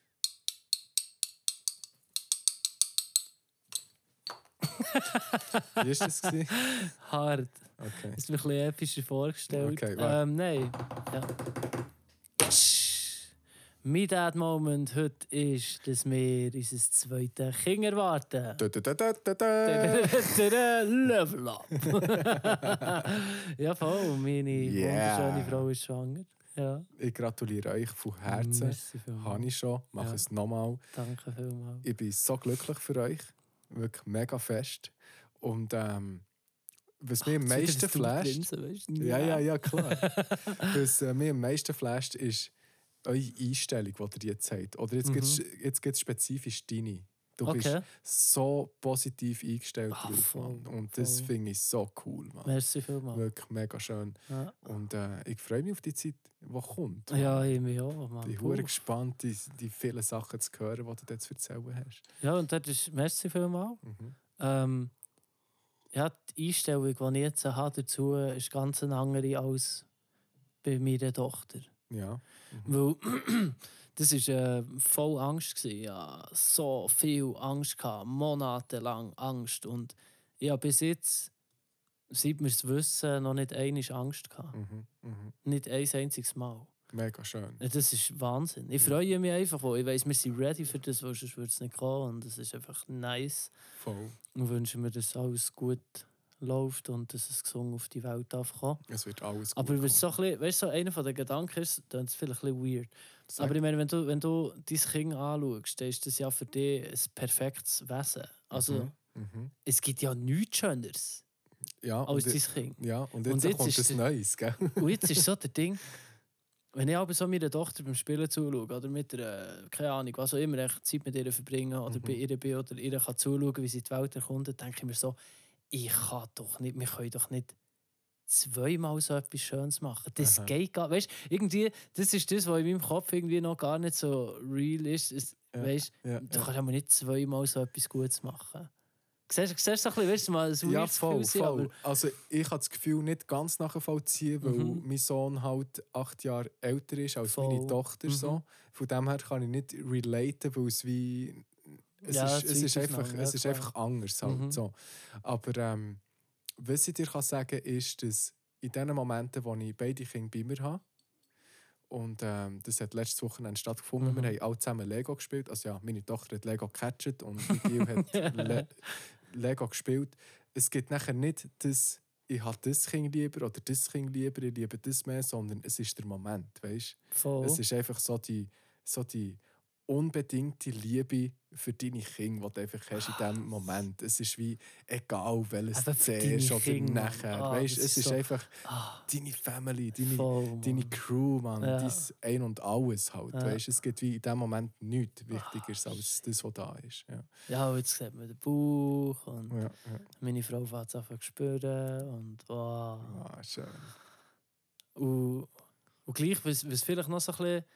Wie war das? Hart. Okay. Das ist mir ein bisschen epischer vorgestellt. Okay, warte. Nein. Ja. Mein Dad-Moment heute ist, dass wir unser zweites Kind erwarten. Da, da, da, da, da, da. Level up! Ja, voll. Meine Yeah. wunderschöne Frau ist schwanger. Ja. Ich gratuliere euch von Herzen. Merci vielmals. Habe ich schon. Mache Ja. es nochmal. Danke vielmals. Ich bin so glücklich für euch. Wirklich mega fest. Und was mich am meisten flasht... Ja, klar. Was mich am meisten flasht, ist eure Einstellung, die ihr jetzt habt. Oder jetzt geht's spezifisch deine. Du bist so positiv eingestellt drauf. voll, Mann. Und das voll. finde ich so cool. Mann. Merci vielmals. Wirklich mega schön. Ja, Und ich freue mich auf die Zeit, die kommt. ja, ich mich auch. Ich Mann. bin hure gespannt, die vielen Sachen zu hören, die du jetzt zu erzählen hast. Ja, und das ist merci vielmals. Ja, die Einstellung, die ich jetzt habe dazu ist ganz eine andere als bei meiner Tochter. Ja. Weil das war voll Angst. Ja, so viel Angst gehabt, monatelang Angst. Und ich habe bis jetzt, seit wir es wissen, noch nicht einmal Angst gehabt. Nicht ein einziges Mal. Mega schön. Das ist Wahnsinn. Ich freue mich einfach, weil ich weiss, wir sind ready für das, weil sonst würde es nicht kommen. Und das ist einfach nice. Voll. Und wünsche mir, dass alles gut läuft und dass es gesund auf die Welt darf kommen. Es wird alles gut. Aber wenn es so ein bisschen, weißt, so einer der Gedanken ist, dann ist es vielleicht ein bisschen weird. Sag. Aber ich meine, wenn du dein Kind anschaust, dann ist das ja für dich ein perfektes Wesen. Also, es gibt ja nichts Schöneres Ja, als und, dein Kind. ja, und jetzt, Und jetzt kommt ist das der- Neues, gell? Und jetzt ist so der Ding, wenn ich aber so meiner Tochter beim Spielen zuschaue, oder mit der, keine Ahnung, was auch immer, ich Zeit mit ihr verbringen oder bei ihr bin oder ihr kann zuschauen, wie sie die Welt erkundet, denke ich mir so, wir können doch nicht zweimal so etwas Schönes machen. Das geht gar nicht. Weißt du, irgendwie, das ist das, was in meinem Kopf irgendwie noch gar nicht so real ist. Weißt, du kannst aber nicht zweimal so etwas Gutes machen. Siehst du so ein bisschen, weißt du, mal ein Ja, weirdes voll, Gefühl sein, voll. aber Also ich habe das Gefühl nicht ganz nachvollziehen, weil mein Sohn halt 8 Jahre älter ist als Voll. meine Tochter. So. Von dem her kann ich nicht relaten, weil es wie... Es Ja, ist, es ist, Zeit einfach, auseinander, es ist klar. einfach anders. Halt, so. Aber was ich dir kann sagen kann, ist, dass in den Momenten, wo ich beide Kinder bei mir habe, und das hat letztes Wochenende stattgefunden, wir haben alle zusammen Lego gespielt. Also ja, meine Tochter hat Lego gecatcht und Gil hat Lego gespielt. Es gibt nachher nicht das, ich habe das Kind lieber oder das Kind lieber, ich liebe das mehr, sondern es ist der Moment, weißt? voll. Es ist einfach so die unbedingte Liebe für deine Kinder, die du einfach hast in diesem Moment. Es ist wie egal, welches Aber für zuerst deine oder Kinder, nachher. Mann. Weißt, Das es ist ist so- einfach deine Family, Voll, deine Mann. Crew, Mann. Ja. Dein Ein und Alles halt. Ja. Weißt, es gibt wie in diesem Moment nichts Wichtigeres als das, was da ist. Ja. Ja, und jetzt sieht man den Bauch und Ja, ja. meine Frau fängt es an zu spüren und wow. Ah, schön. Und gleich, was vielleicht noch so ein bisschen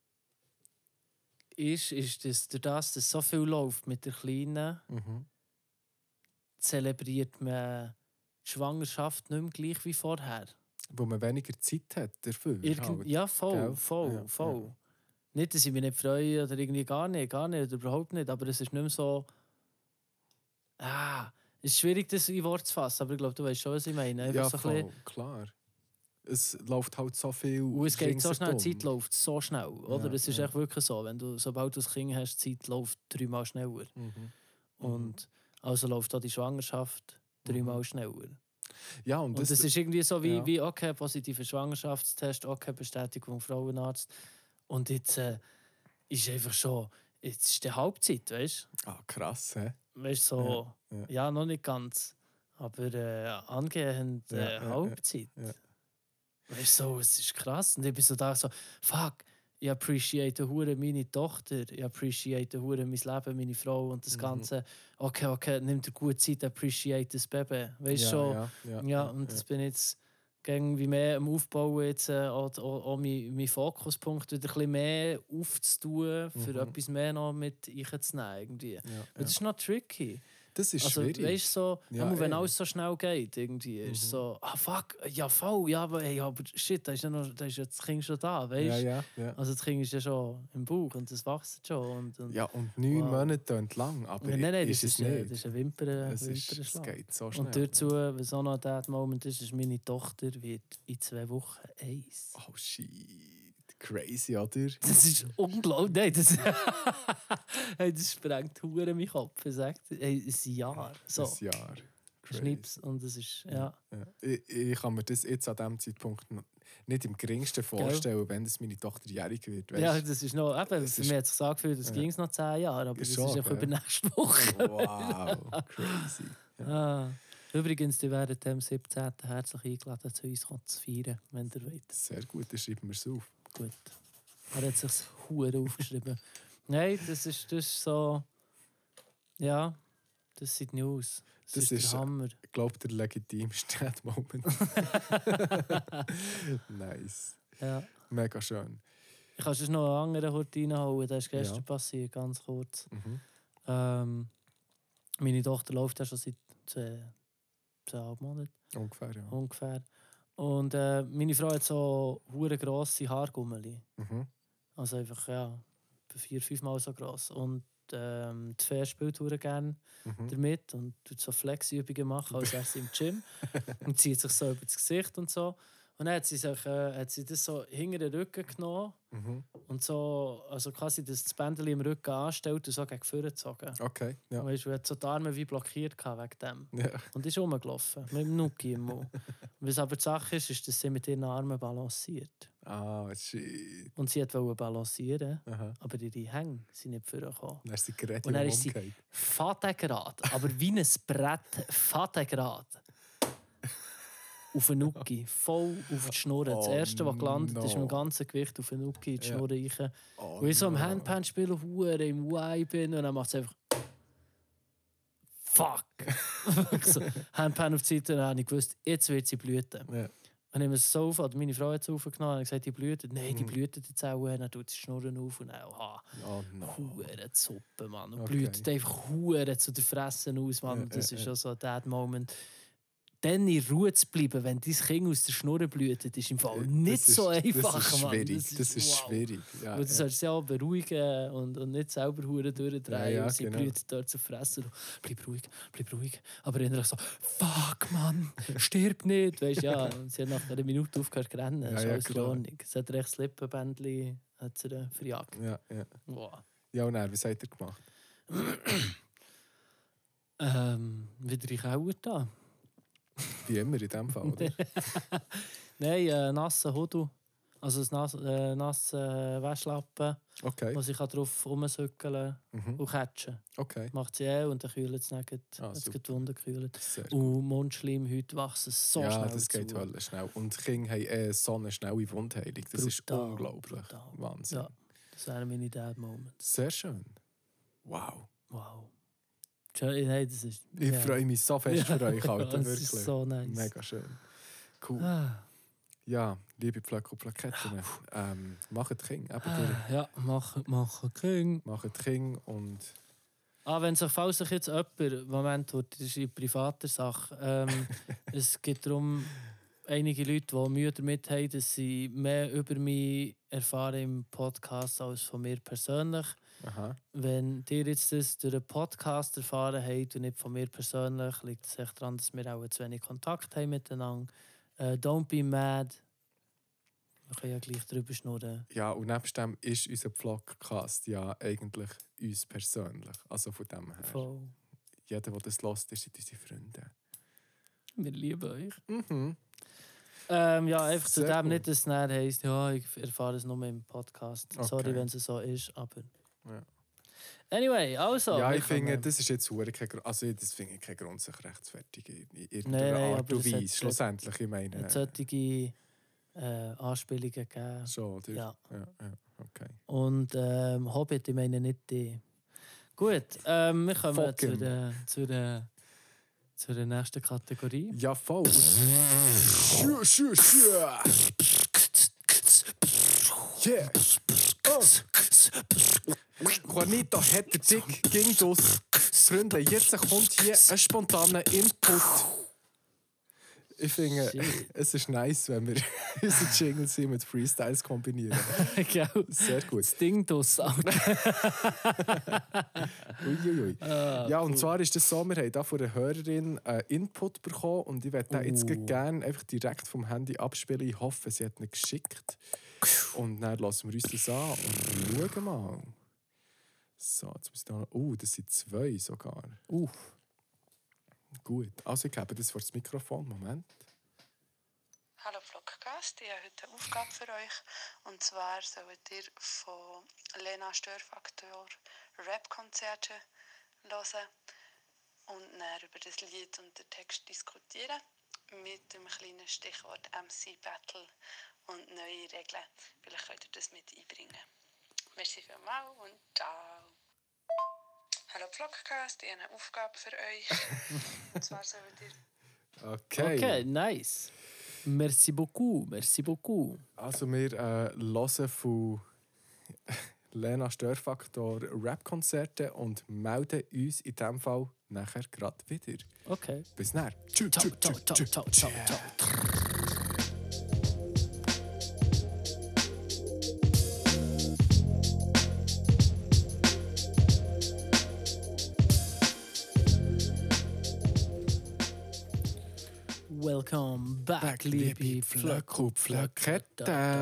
ist, dass durch das, dass so viel läuft mit der Kleinen, zelebriert man die Schwangerschaft nicht mehr gleich wie vorher. Wo man weniger Zeit hat dafür. halt. Ja, voll, Gell? voll, Ja, voll. ja. Nicht, dass ich mich nicht freue oder irgendwie gar nicht oder überhaupt nicht, aber es ist nicht mehr so... Es ist schwierig, das in Wort zu fassen, aber ich glaube, du weißt schon, was ich meine. Einfach Ja, so ein voll, bisschen, klar. Es läuft halt so viel. und es geht so schnell, die ringsherum. Zeit läuft so schnell. Oder? Ja, Es ist ja. echt wirklich so, sobald du ein Kind hast, die Zeit läuft 3-mal schneller. Und also läuft auch die Schwangerschaft 3-mal schneller. Ja, Und das ist irgendwie so ja. wie okay, positiver Schwangerschaftstest, okay, Bestätigung vom Frauenarzt. Und jetzt ist einfach schon, jetzt ist die Halbzeit, weißt Ah, krass, hä? du? Weißt so, Ja, ja. ja, noch nicht ganz, aber angehend Ja, Halbzeit. ja. Weißt du, so, es ist krass. Und ich bin so da so, fuck, ich appreciate hure meine Tochter, ich appreciate hure mein Leben, meine Frau und das Ganze. Okay, nimm dir gut Zeit, appreciate das Baby. Weißt du Ja, schon? ja, Ja, und das bin jetzt irgendwie mehr am Aufbauen, jetzt, auch meinen Fokuspunkt wieder ein bisschen mehr aufzutun, für etwas mehr noch mit einzunehmen. Irgendwie. Ja, Und das ist noch tricky. Das ist Also, schwierig. weißt du, so, Ja, wenn eh. alles so schnell geht, irgendwie, ist so, fuck, ja, voll, ja, aber, hey, aber shit, da ist ja das Kind schon da, weißt du? Ja. Also, das Kind ist ja schon im Bauch und das wächst schon. Und Ja, und 9 Monate entlang, aber nein, ist das es ist, nicht. das ist ein Es Wimpernschlag. geht so schnell. Und dazu, was auch noch der Moment ist meine Tochter wird in 2 Wochen 1. Oh, shit. Crazy, oder? Das ist unglaublich. Nein, hey, das sprengt hure meinen Kopf. Ich sage, hey, ein Jahr. So. Ein Jahr. Crazy. Schnips und das ist, ja. Ich kann mir das jetzt an diesem Zeitpunkt nicht im geringsten vorstellen, wenn das meine Tochter jährig wird. Weißt? Ja, das ist noch, eben, Das für ist- mich hat es angefühlt, es ging noch 10 Jahre, aber Ist das schon, ist auch gell? über nächste Woche. Wow, crazy. Ja. Ah. Übrigens, die werden am 17. herzlich eingeladen, zu uns zu feiern, wenn ihr wollt. Sehr gut, dann schreiben wir es auf. Gut. Er hat sich das Hure aufgeschrieben. Nein, das ist so. Ja, das sind die News. Das ist der Hammer. Ich glaube, der legitimste Moment. Nice. Ja. Mega schön. Ich kann sonst noch einen anderen Hort reinhauen, das ist gestern Ja. passiert, ganz kurz. Mhm. Meine Tochter läuft ja schon seit 2,5 Monaten Ungefähr, ja. ungefähr. Und meine Frau hat so hure grosse Haargummeli. Mhm. Also einfach, ja, 4-5 Mal so gross. Und die Fee spielt hure gerne Mhm. damit und tut so Flexübungen machen, als wäre sie im Gym. Und zieht sich so über das Gesicht und so. Und dann hat sie das so hinter den Rücken genommen Mhm. und so, also quasi das Bändchen im Rücken angestellt und so gegen vorne gezogen. Okay, ja. Weißt du, hat so die Arme wie blockiert wegen dem. Ja. Und ist rumgelaufen, mit dem Nuki im Mund. Was aber die Sache ist, dass sie mit ihren Armen balanciert. Ah, shit. Und sie wollte balancieren, Aha. aber ihre Hänge sind nicht vorgekommen. Dann ist sie geredet Und dann ist sie umgekehrt. fadengrad, aber wie ein Brett, fadengrad. Auf den Nuki, voll auf die Schnur. Das Oh, Erste, was gelandet ist, no. mit dem ganzen Gewicht auf den Nuki in die Ja. Schnur rein. Oh, Und ich so am no. Handpan spielen, hure im Y bin und dann macht es einfach Fuck! So, Handpan auf die Seite und dann habe ich gewusst, jetzt wird sie blüten. Ja. Und ich habe es so auf, oder meine Frau hat es aufgenommen und gesagt, die blüht. Nein, die Mhm. blüht jetzt auch. Dann tut sie die Schnurren auf und dann, oha, Oh, no. hure Suppe, Mann. Und Okay. blüht einfach hure zu den Fressen aus, Mann. Ja, Und das ist ja. schon so der Moment. Dann in Ruhe zu bleiben, wenn dein Kind aus der Schnur blüht, ist im Fall nicht Das ist- so einfach, Das ist Mann. schwierig. Das ist wow. schwierig. Ja, Und du sollst sie auch beruhigen und nicht selber hure durchdrehen. Ja, und sie genau. blüht dort zu fressen. Bleib ruhig. Aber innerlich so, fuck, Mann, stirb nicht. Weißt, ja, und sie hat nach einer Minute aufgehört zu rennen. Das ist Ja, alles in klar. Ordnung. Sie hat recht das Lippenbändchen verjagt. ja. Wow. Ja, und dann, was hat er gemacht? Wieder in Kauer da. Wie immer in dem Fall, oder? Nein, nasser Hodu. Also ein nasser Wäschlappen, Okay. wo sie drauf rumsückeln Mhm. und catchen. Okay. Macht sie und dann kühlt es nicht. Ah, Es super. geht Wunder gekühlt. Sehr gut. Und Mundschleimhäute wachsen so Ja, schnell das geht zu. halt schnell. Und die Kinder haben so eine schnelle Wundheilung. Das ist Brutal, unglaublich. brutal. Wahnsinn. Ja, das wären meine Dad-Moments. Sehr schön. Wow. Wow. Nein, das ist... Ich freue mich so fest für euch, Alter. Das Wirklich. ist so nice. Mega schön. Cool. Ah, Ja, liebe Pflöcke und Plaketten, macht Kinder. Eben, ja, machen King. macht Kinder und... Wenn sich, falls sich jetzt jemand... Moment, das ist eine private Sache. Es geht darum, einige Leute, die Mühe damit haben, dass sie mehr über mich erfahren im Podcast als von mir persönlich. Aha. Wenn ihr jetzt das durch einen Podcast erfahren habt und nicht von mir persönlich, liegt es echt daran, dass wir auch zu wenig Kontakt haben miteinander. Don't be mad. Wir können ja gleich drüber schnurren. Ja, und nebst dem ist unser Vlogcast ja eigentlich uns persönlich. Also von dem her. Voll. Jeder, der das hört, sind unsere Freunde. Wir lieben euch. Mhm. Ja, einfach zu Sehr dem gut. nicht, dass es nicht heisst, ja, ich erfahre es nur im Podcast. Sorry, Okay. wenn es so ist, aber... Ja. Anyway, also... Ja, wir ich finde, kommen- das ist jetzt also das finde ich kein Grund, sich rechtfertigen in irgendeiner Nein, Art aber und es hat- Weise. Schlussendlich, ich meine... Es solche Anspielungen geben. Schon, oder? Ja. Ja, okay. Und Hobbit, ich meine nicht die. Gut, wir kommen Fuck him. zu den Zu der nächsten Kategorie. Ja, voll. Schü. Yeah. Oh. Juanito hat der Dick ging das. Freunde, jetzt kommt hier ein spontaner Input. Ich finde, es ist nice, wenn wir unsere Jingles hier mit Freestyles kombinieren. Genau. Sehr gut. Das Ding das, Alter. Uiuiui. Ja, und zwar ist das so, wir haben da von einer Hörerin Input bekommen und ich würde den jetzt gerne einfach direkt vom Handy abspielen. Ich hoffe, sie hat ihn geschickt. Und dann lassen wir uns das an und schauen mal. So, jetzt muss ich da... das sind 2 sogar. Gut, also ich gebe das vor das Mikrofon. Moment. Hallo Vlogcast, ich habe heute eine Aufgabe für euch. Und zwar sollt ihr von Lena Störfaktor Rap-Konzerte hören und dann über das Lied und den Text diskutieren mit dem kleinen Stichwort MC-Battle und neue Regeln. Vielleicht könnt ihr das mit einbringen. Merci vielmals und ciao. Hallo Vlogcast, ich habe eine Aufgabe für euch. Und zwar sollt ihr... Okay, nice. Merci beaucoup. also wir hören von Lena Störfaktor Rap-Konzerte und melden uns in diesem Fall nachher gerade wieder. Okay. Bis dann. Ciao. Welcome back, liebe Flöck und Flöckette.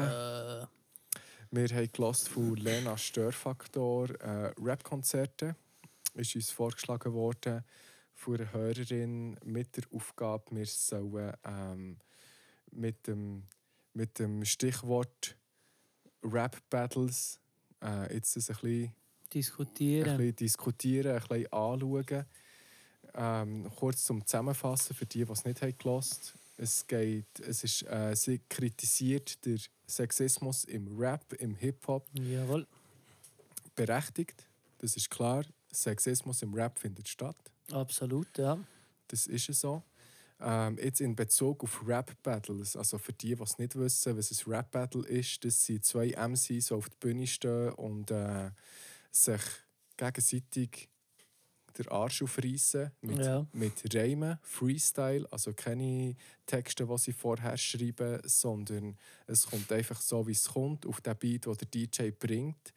Wir haben gehört von Lena Störfaktor Rap-Konzerte. Ist uns vorgeschlagen worden von einer Hörerin mit der Aufgabe, wir sollen mit dem Stichwort Rap-Battles jetzt das ein bisschen diskutieren, ein bisschen anschauen. Kurz zum Zusammenfassen für die es nicht gehört haben. Sie kritisiert den Sexismus im Rap, im Hip-Hop. Jawohl. Berechtigt, das ist klar. Sexismus im Rap findet statt. Absolut, ja. Das ist so. Jetzt in Bezug auf Rap-Battles, also für die es nicht wissen, was ein Rap-Battle ist, das sind 2 MCs, die auf der Bühne stehen und sich gegenseitig den Arsch aufreißen mit Reimen, Freestyle, also keine Texte, die sie vorher schreiben, sondern es kommt einfach so, wie es kommt, auf den Beat, den der DJ bringt.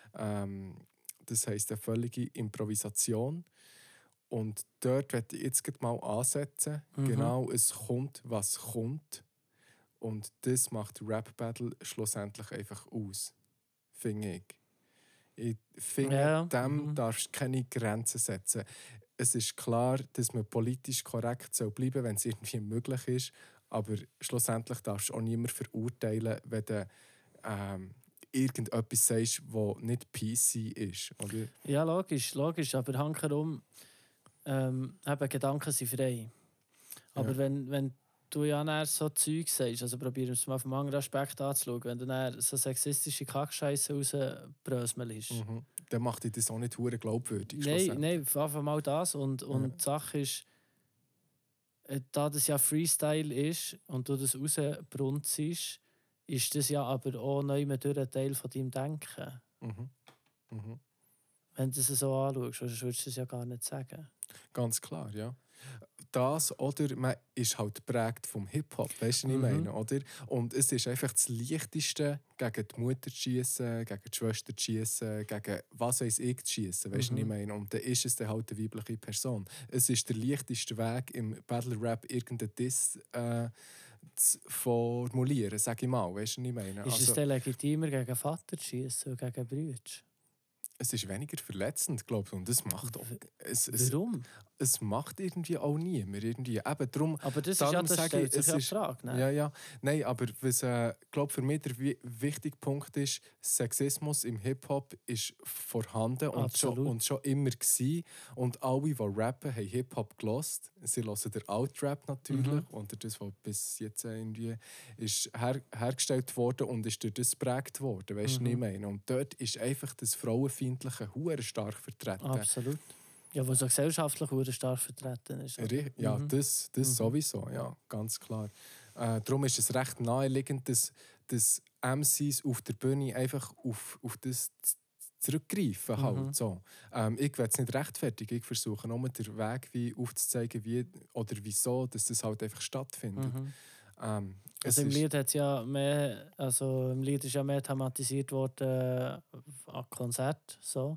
Das heisst eine völlige Improvisation. Und dort werde ich jetzt mal ansetzen. Genau, es kommt, was kommt. Und das macht Rap-Battle schlussendlich einfach aus, finde ich. Ich finde, dem darfst du keine Grenzen setzen. Es ist klar, dass man politisch korrekt bleiben soll, wenn es irgendwie möglich ist. Aber schlussendlich darfst du auch niemanden verurteilen, wenn du irgendetwas sagst, das nicht PC ist. Oder? Ja, logisch. Aber hankerum, eben Gedanken sind frei. Aber wenn du ja dann so Zeug sagst, also probieren wir es mal vom anderen Aspekt anzuschauen, wenn du dann so sexistische Kackscheiße rausbröselst. Dann macht dich das auch nicht verdammt glaubwürdig. Nein, einfach mal das. Und die Sache ist, da das ja Freestyle ist und du das rausbrunzt, ist das ja aber auch neu durch einen Teil von deinem Denken. Wenn du es so anschaust, sonst würdest du es ja gar nicht sagen. Ganz klar, ja. Das oder man ist halt geprägt vom Hip-Hop, weißt du, was ich meine, oder? Und es ist einfach das Leichteste, gegen die Mutter zu schiessen, gegen die Schwester zu schiessen, gegen was weiss ich zu schiessen, weißt du, was ich meine? Und dann ist es dann halt eine weibliche Person. Es ist der leichteste Weg, im Battle-Rap irgendeinen Diss zu formulieren, sag ich mal, weißt du, was ich meine? Ist es dann legitimer, gegen Vater zu schiessen oder gegen Brüder? Es ist weniger verletzend, glaube ich, und es macht auch... Warum? Es macht irgendwie auch niemand. Irgendwie. Eben, darum, aber das ist ja das stellt sich ja die Frage. Ne? Ja. Nein, aber was glaub, für mich der wichtige Punkt ist, Sexismus im Hip-Hop ist vorhanden und schon immer gewesen. Und alle, die rappen, haben Hip-Hop gehört. Sie hören den Out-Rap natürlich. Und das, was bis jetzt irgendwie ist hergestellt worden und ist durch das geprägt worden. Weißt du, was ich meine? Und dort ist einfach das Frauenfeindliche hure stark vertreten. Absolut. Ja, wo so gesellschaftlich sehr stark vertreten ist. Ja, das sowieso, ja, ganz klar. Darum ist es recht naheliegend, dass MCs auf der Bühne einfach auf das zurückgreifen. Halt, so. Ich will es nicht rechtfertigen, ich versuche nur den Weg wie aufzuzeigen, wie oder wieso dass das halt einfach stattfindet. Also im Lied hat's ja mehr, also im Lied ist ja mehr thematisiert worden an Konzert, so.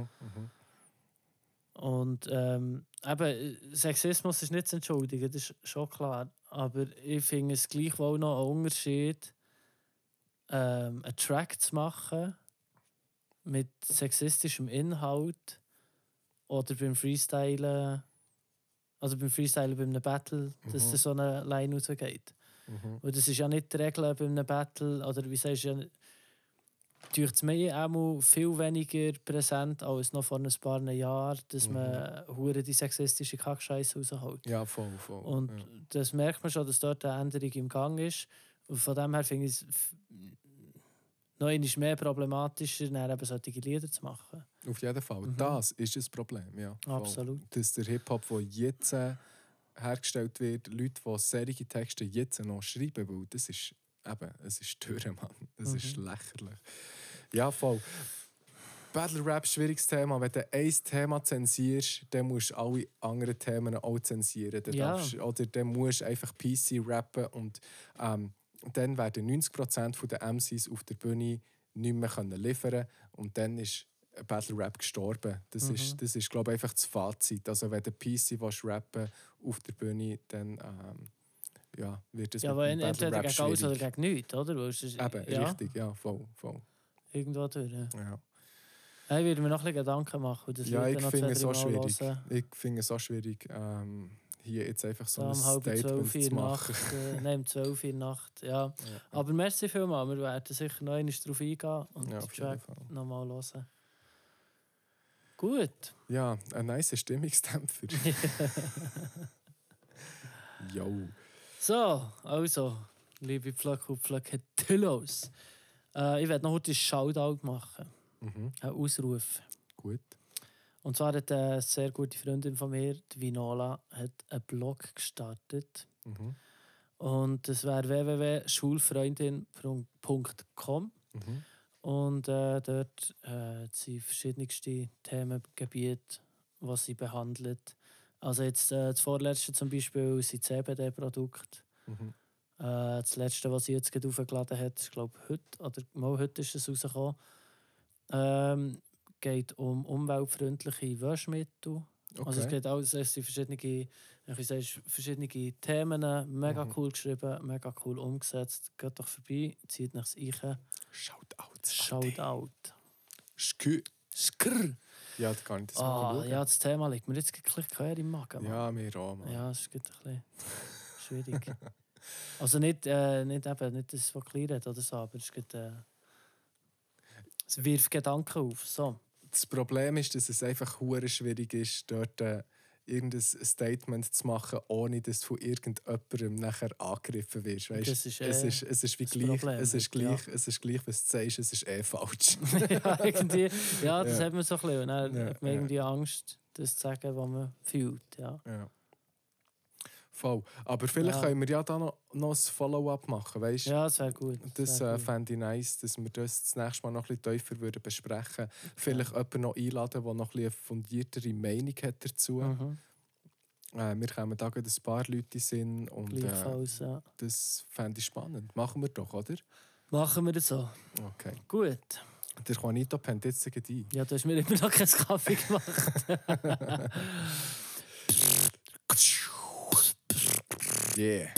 Und eben, Sexismus ist nicht zu entschuldigen, das ist schon klar. Aber ich finde es gleichwohl noch ein Unterschied, einen Track zu machen mit sexistischem Inhalt oder beim Freestylen, also beim Freestylen bei einem Battle, dass da so eine Line rausgeht. Und das ist ja nicht die Regel bei einem Battle, oder wie sagst du, ja, durch das mir auch viel weniger präsent als noch vor ein paar Jahren, dass man hure die sexistische Kackscheiße rausholt. Ja, voll. Und das merkt man schon, dass dort eine Änderung im Gang ist. Und von dem her finde ich es noch einmal mehr problematischer, dann eben solche Lieder zu machen. Auf jeden Fall. Das ist ein Problem, ja. Voll. Absolut. Dass der Hip-Hop, der jetzt hergestellt wird, Leute, die solche Texte jetzt noch schreiben, weil das ist eben, es ist Türe, Mann. Das ist lächerlich. Ja, voll. Battle Rap, schwieriges Thema. Wenn du ein Thema zensierst, dann musst du alle anderen Themen auch zensieren. Dann musst du einfach PC rappen und dann werden 90% der MCs auf der Bühne nicht mehr liefern können. Und dann ist Battle Rap gestorben. Das ist glaube ich, einfach das Fazit. Also wenn du PC rappen auf der Bühne, dann wird es mit dem Battle Rap gegen alles oder gegen nichts, oder? Richtig, ja, voll. Irgendwo durch. Ja. Ich würde mir noch ein bisschen Gedanken machen. Das ich finde es so schwierig. Ich finde es so schwierig, hier jetzt einfach so ein Statement zu machen. Nein, um 12 Uhr in der Nacht. Ja. Aber merci vielmals. Wir werden sicher noch einmal darauf eingehen und den Track nochmal hören. Gut. Ja, ein nice Stimmungsdämpfer. Jo. So, also, liebe Pflöcke und Pflöcke-Tillos. Ich werde noch heute einen Shoutout machen. Einen Ausruf. Gut. Und zwar hat eine sehr gute Freundin von mir, die Vinola, hat einen Blog gestartet. Und das wäre www.schulfreundin.com. Und dort sind verschiedenste Themengebiete, die sie behandelt. Also jetzt das vorletzte zum Beispiel sind CBD-Produkte. Das letzte, was sie jetzt gerade aufgeladen hat, ist glaube ich heute ist es rausgekommen. Geht um umweltfreundliche Waschmittel. Okay. Also es geht alles, es sind verschiedene Themen, mega cool geschrieben, mega cool umgesetzt. Geht doch vorbei, zieht nach Eichen. Shoutout. Skr. Ja, das kann ich das mal schauen. Ja, das Thema liegt mir jetzt ein bisschen quer im Magen. Mann. Ja, mir auch, Mann. Ja, das ist ein bisschen schwierig. Also nicht das, was klein hat oder so, aber es wirft Gedanken auf. So. Das Problem ist, dass es einfach hure schwierig ist, dort irgendein Statement zu machen, ohne dass du von irgendjemandem nachher angegriffen wirst. Weißt? Das ist, es ist wie gleich, Problem, es ist gleich, was du sagst, es ist falsch. Ja, irgendwie, das hat man so ein bisschen. Und dann hat man irgendwie Angst, das zu sagen, was man fühlt. Ja. Voll. Aber vielleicht können wir ja da noch ein Follow-up machen, weißt? Ja, das wäre gut. Das fände ich nice, dass wir das nächste Mal noch ein bisschen tiefer besprechen würden. Vielleicht jemanden noch einladen, der noch ein bisschen eine fundiertere Meinung hat dazu. Wir kommen da gerade ein paar Leute in den Sinn und das fände ich spannend. Machen wir doch, oder? Machen wir das so. Okay. Gut. Der Juanito pennt jetzt ein. Ja, du hast mir immer noch keinen Kaffee gemacht. Yeah.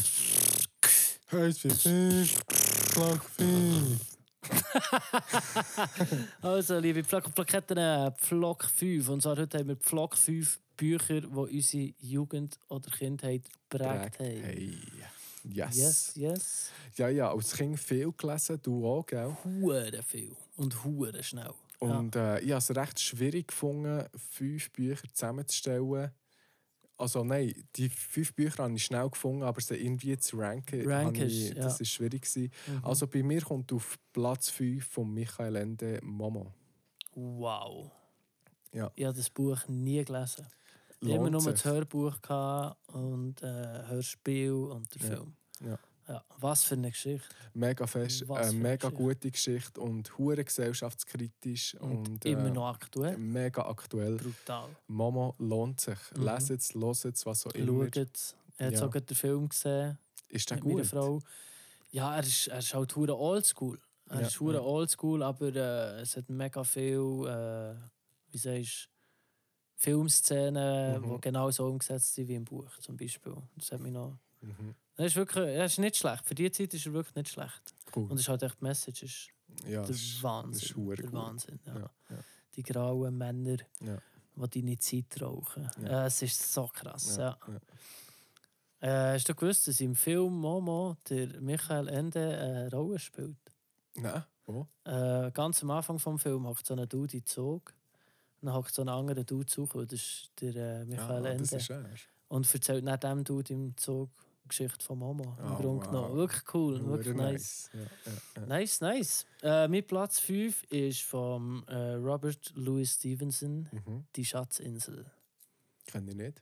Also, liebe Pflock und Plaketten, Pflock 5. Und zwar heute haben wir Pflock 5 Bücher, die unsere Jugend oder Kindheit geprägt haben. Hey. Yes. Yes. Ja, als Kind viel gelesen, du auch, gell? Hure viel und hure schnell. Und ich habe es recht schwierig gefunden, 5 Bücher zusammenzustellen. Also nein, die 5 Bücher habe ich schnell gefunden, aber sie irgendwie zu ranken, das war schwierig. Also bei mir kommt auf Platz 5 von Michael Ende Momo. Wow. Ja. Ich habe das Buch nie gelesen. Ich Lohnt immer nur sich. das Hörbuch gehabt und Hörspiel und der Ja. Film. Ja. Ja, was für eine Geschichte. Mega fest, Was für eine mega Geschichte. gute Geschichte und hure gesellschaftskritisch und immer noch aktuell. mega aktuell. Brutal. Momo lohnt sich. Mhm. Leset's, hört's, was auch immer. Schaut es. Ich habe Ja. sogar den Film gesehen Ist der mit meiner gut? Frau. Ja, er ist halt hure oldschool. Er Ja, ist hure ja. oldschool, aber es hat mega viel, wie sagst du, Filmszenen, die genau so umgesetzt sind wie im Buch zum Beispiel. Das hat mich noch... Mhm. Er ist wirklich, er ist nicht schlecht. Für die Zeit ist er wirklich nicht schlecht. Cool. Und es ist halt echt die Message, ist Ja, der das ist Wahnsinn. hure Der gut. Wahnsinn, ja. Ja, ja, Die grauen Männer, ja, die deine Zeit rauchen. Ja. Es ist so krass, ja. ja. Hast du gewusst, dass im Film Momo der Michael Ende eine Rolle spielt? Nein, wo? Ganz am Anfang des Films hockt so ein Dude in den Zug. Dann hockt so ein anderer Dude zu. Das ist der Michael Ah, Ende. das ist er. Und erzählt nach dem Dude im Zug die Geschichte von Momo. Im Oh, Grunde wow. genommen. Wirklich cool, Hure wirklich nice. Ja, ja, ja. Nice, nice. Mein Platz 5 ist von Robert Louis Stevenson, Mhm. Die Schatzinsel. Kenne ich nicht.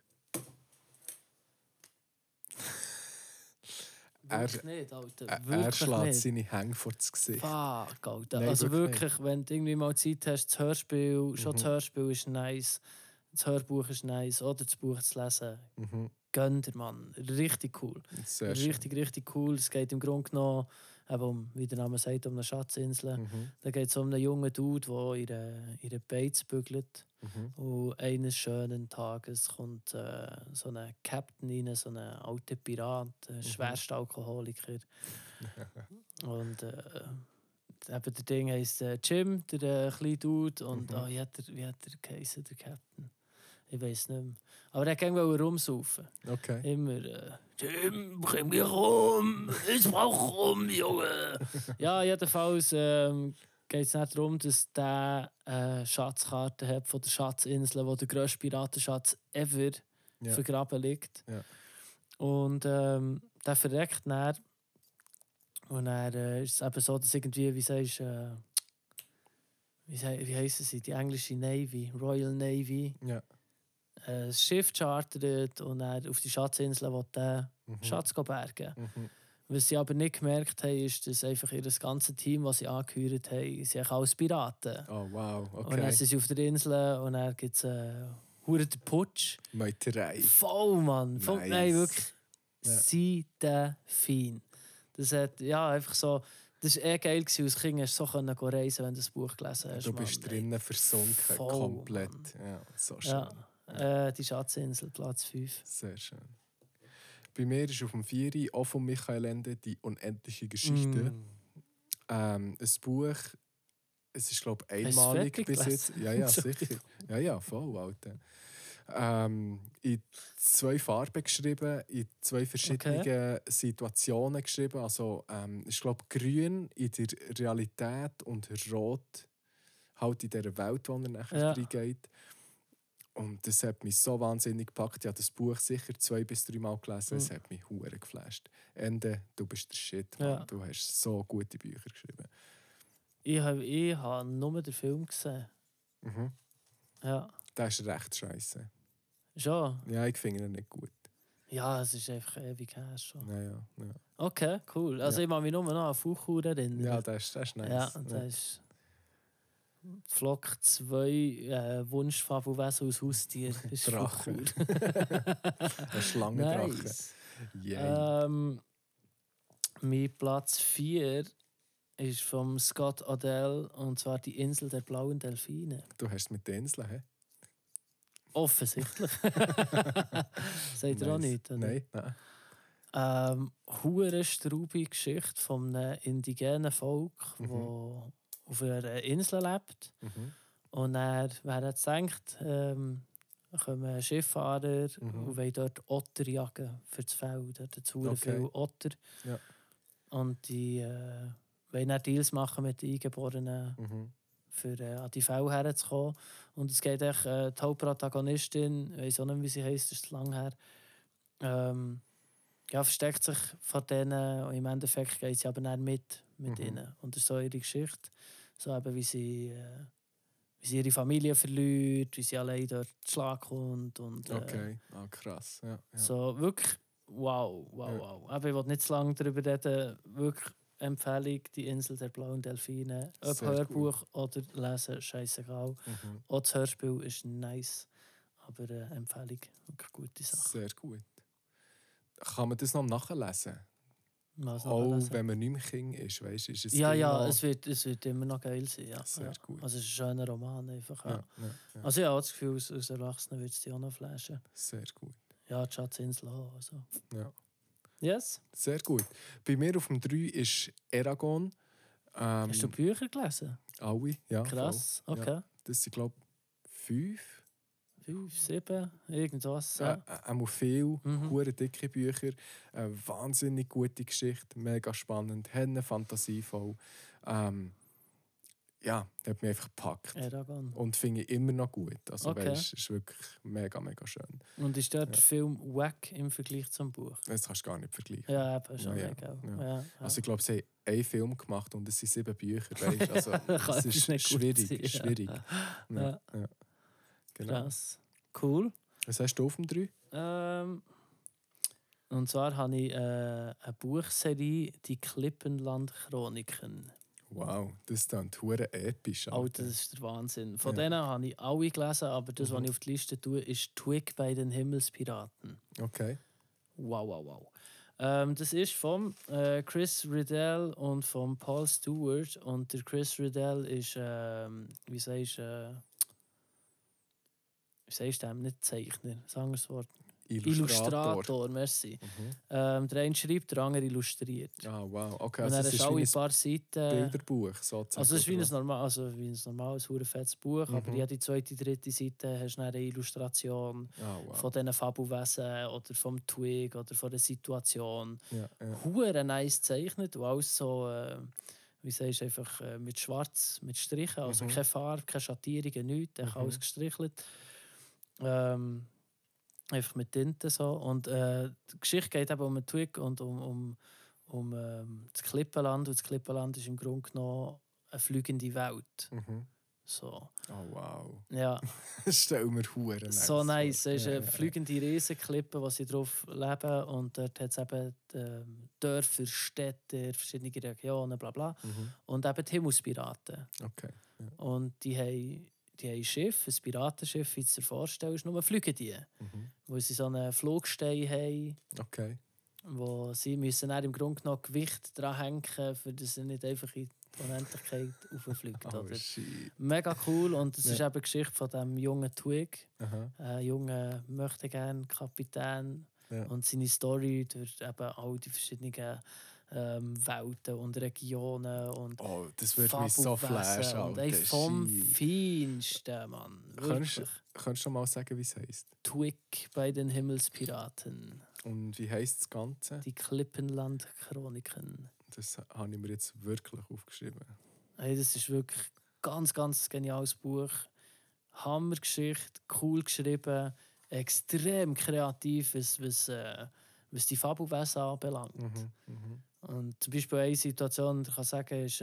Wirklich nicht, Alter. Er Wirklich schlägt nicht. seine Hänge vor das Gesicht. Fuck, Alter. Nein, Also wirklich wirklich, wenn du irgendwie mal Zeit hast, das Hörspiel, schon das Hörspiel ist nice, das Hörbuch ist nice, oder das Buch zu lesen. Mhm. Gönn dir, Mann. Richtig cool. Sehr schön. Richtig cool. Es geht im Grunde genommen, eben wie der Name sagt, um eine Schatzinsel. Mhm. Da geht es um einen jungen Dude, der ihre Beiz bügelt. Mhm. Und eines schönen Tages kommt so ein Captain rein, so ein alter Pirat, ein schwerster Alkoholiker. Und eben der Ding heisst Jim, der kleine Dude. Und wie hat er geheißen, der Captain? Ich weiß nicht mehr. Aber er ging rumsaufen. Okay. Immer, Jim, bring mich rum, ich brauch rum, Junge. Ja, jedenfalls geht es nicht darum, dass der Schatzkarte hat von der Schatzinsel, wo der grösste Piratenschatz ever Ja. vergraben liegt. Ja. Und der verreckt dann. Und dann ist es eben so, dass irgendwie, wie sagst du, wie heissen sie, die englische Navy, Royal Navy, Ja. ein Schiff chartert und dann auf die Schatzinsel will den Schatz bergen. Mhm. Was sie aber nicht gemerkt haben, ist, dass einfach ihr ganzes Team, das sie angehört haben, sie sind alles Piraten. Oh, wow. Und dann Okay. sind sie auf der Insel und dann gibt es den Putsch. Meuterei. Voll, Mann. Voll, Nice. nein, wirklich. Ja. Sie der Fein. Das hat, ja, einfach so... Das war geil, gewesen. Als Kind hast du so reisen, wenn du das Buch gelesen hast. Du bist Mann. drinnen versunken. Voll, Komplett. Mann. Ja, so schön. Ja, die Schatzinsel, Platz 5. Sehr schön. Bei mir ist auf dem 4. auch von Michael Ende die unendliche Geschichte. Ein Buch, es ist glaube ich einmalig fertig bis jetzt. gelesen? Ja, ja, sicher. Ja, ja, voll, Alter. In 2 Farben geschrieben, in 2 verschiedenen Situationen geschrieben. Also, ich glaube, grün in der Realität und rot halt in dieser Welt, wo er nachher reingeht. Und das hat mich so wahnsinnig gepackt. Ich habe das Buch sicher 2 bis 3 Mal gelesen. Es hat mich hure geflasht. Ende, du bist der Shit, Mann. Ja. Du hast so gute Bücher geschrieben. Ich habe nur den Film gesehen. Mhm. Ja. Das ist recht scheiße. Schon? Ja, ich finde ihn nicht gut. Ja, es ist einfach ewig her schon. Ja, ja, ja. Okay, cool. Also ich kann mich nur noch an Fuchur erinnern. Ja, das ist nice. Ja, und das ist Flock 2 Wunschfabelwesen aus Haustier. Das ist Drache. Fuchur. Der Schlangendrache. Nice. Yeah. Mein Platz 4 ist vom Scott Adele und zwar die Insel der blauen Delfine. Du hast es mit den Inseln, hä? Offensichtlich. Sagt ihr auch nicht? Oder? Nein. Hure straubige Geschichte von einem indigenen Volk, das auf einer Insel lebt. Mhm. Und dann, wer jetzt denkt, kommen Schifffahrer und wollen dort Otter jagen für das Feld. Dort hat es viele Otter. Ja. Und die wollen dann Deals machen mit den Eingeborenen, für an die Fälle herzukommen. Und es geht echt, die Hauptprotagonistin, ich weiß auch nicht, wie sie heisst, das ist lang her, versteckt sich vor denen und im Endeffekt geht sie aber dann mit ihnen. Und das ist so ihre Geschichte. So eben, wie sie wie sie ihre Familie verliert, wie sie allein dort zu Schlag kommt. Und, Okay, krass. Ja, ja. so wirklich wow. Aber ich will nicht zu lange darüber reden. Wirklich Empfehlung, die Insel der blauen Delfine. Ob Sehr Hörbuch oder lesen, scheißegal. Auch das Hörspiel ist nice. Aber Empfehlung, wirklich gute Sache. Sehr gut. Kann man das noch nachlesen? Was Auch nachlesen? wenn man nicht mehr Kind ist, weißt du? Ist es Ja, immer noch... es wird immer noch geil sein. Ja. Sehr gut. Also es ist ein schöner Roman einfach. Ja. Ja. Also ich habe das Gefühl, aus Erwachsenen wird es die auch noch flashen. Sehr gut. Ja, die Schatzinsel auch. Also. Ja. Yes? Sehr gut. Bei mir auf dem 3 ist Eragon. Hast du Bücher gelesen? Alle, ja. Krass, voll. okay. Ja. Das sind, glaube ich, 5. 5, 7, irgendwas. Ja. Auch viel, hure dicke Bücher. Wahnsinnig gute Geschichte, mega spannend, haben fantasievoll. Ja, hat mich einfach gepackt. Eragon. Und finde ich immer noch gut. Also, Okay. weißt, ist wirklich mega, mega schön. Und ist dort der Film wack im Vergleich zum Buch? Das kannst du gar nicht vergleichen. Ja, eben, schon Ja, mega. ja. Ja. Also ich glaube, sie haben einen Film gemacht und es sind 7 Bücher. Weißt? Also, Kann es ist nicht gut schwierig. sein, ja. Schwierig. Ja. Genau. Krass. Cool. Was hast du auf dem 3? Und zwar habe ich eine Buchserie, die Klippenland-Chroniken. Wow, das klingt hure episch. Alter, das ist der Wahnsinn. Von denen habe ich alle gelesen, aber das, was ich auf die Liste tue, ist Twig bei den Himmelspiraten. Okay. Wow. Das ist von Chris Riddell und von Paul Stewart. Und der Chris Riddell ist, wie sagst du dem? Nicht Zeichner, sagen wir das Wort. Illustrator, merci. Der eine schreibt, der andere illustriert. Ah, wow. Okay, Und also dann es hast ist du alle wie ein paar Seiten. Bilderbuch sozusagen. Also es ist wie oder ein normales, hure fettes Buch, aber jede zweite, dritte Seite hast du dann eine Illustration was? Ah, wow. von diesen Fabelwesen oder vom Twig oder von der Situation. Ja. Hure nice gezeichnet und alles so, wie sagst du, einfach mit Schwarz, mit Strichen, also keine Farbe, keine Schattierungen, nichts, alles gestrichelt. Einfach mit Tinte so. Und die Geschichte geht eben um einen Twig und um das Klippenland. Und das Klippenland ist im Grunde genommen eine fliegende Welt. So. Oh, wow. Ja, Das stell mir hure nice. so nice. Es ist Ja, eine fliegende Riesenklippe, wo sie drauf leben. Und dort hat es eben Dörfer, Städte, verschiedene Regionen, bla bla. Und eben die Himmelspiraten. Okay. Ja. Und die haben ein Schiff, ein Piratenschiff, wie du dir vorstellst, nur fliegen die. Wo sie so einen Flugstein haben, Okay. wo sie müssen dann im Grunde genommen Gewicht dran hängen, für dass sie nicht einfach in die Unendlichkeit rauffliegt. Oh, Oder? shit. Mega cool. Und das ist eben die Geschichte von diesem jungen Twig, Aha. jungen Möchtegern-Kapitän. Ja. Und seine Story durch eben all die verschiedenen Welten und Regionen und Oh, das würde mich so flashen. und Alter. vom Shit. Feinsten, Mann. Wirklich. Kannst du mal sagen, wie es heisst? Twig bei den Himmelspiraten. Und wie heisst das Ganze? Die Klippenland-Chroniken. Das habe ich mir jetzt wirklich aufgeschrieben. Hey, das ist wirklich ein ganz geniales Buch. Hammergeschichte, cool geschrieben, extrem kreativ, was die Fabelwesen anbelangt. Und zum Beispiel eine Situation, die ich kann sagen ist,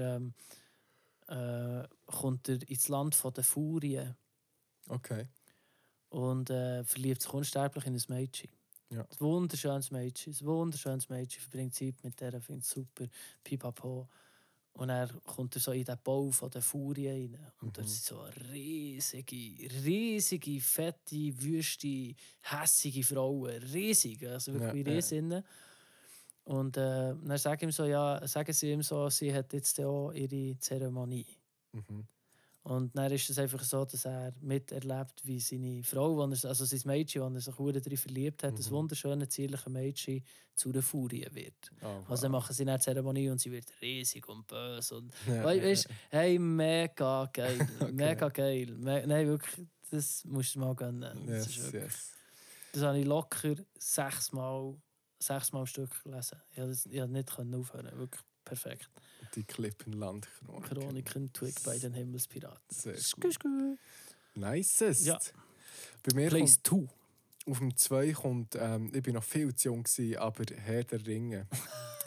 kommt er ins Land der Furien Okay. und verliebt sich unsterblich in ein Mädchen. Ja. Ein wunderschönes Mädchen, verbringt Zeit mit der, findet es super, pipapo. Und er kommt so in den Bau der Furien rein. Und dort sind so riesige, fette, wüste, hässige Frauen. Riesig, also wirklich Riesinnen. Und dann sagen sie ihm so, sie hat jetzt auch ihre Zeremonie. Und dann ist es einfach so, dass er miterlebt, wie seine Frau, also sein Mädchen, das er sich darin verliebt hat, das wunderschöne, zierliche Mädchen zu einer Furie wird. Oh, wow. Also dann machen sie eine Zeremonie und sie wird riesig und böse. Und, Ja, weißt, hey, mega geil. Okay. Mega geil. Nein, wirklich, das musst du mal gönnen. Das, ist wirklich, das habe ich locker 6 Mal am Stück gelesen. Ich konnte nicht aufhören. Wirklich perfekt. Die Klippenland-Chroniken. Chroniken Twig bei den Himmelspiraten. Sehr gut. Nicest. Ja. Bei mir Place 2. auf dem 2 kommt, ich war noch viel zu jung, aber Herr der Ringe.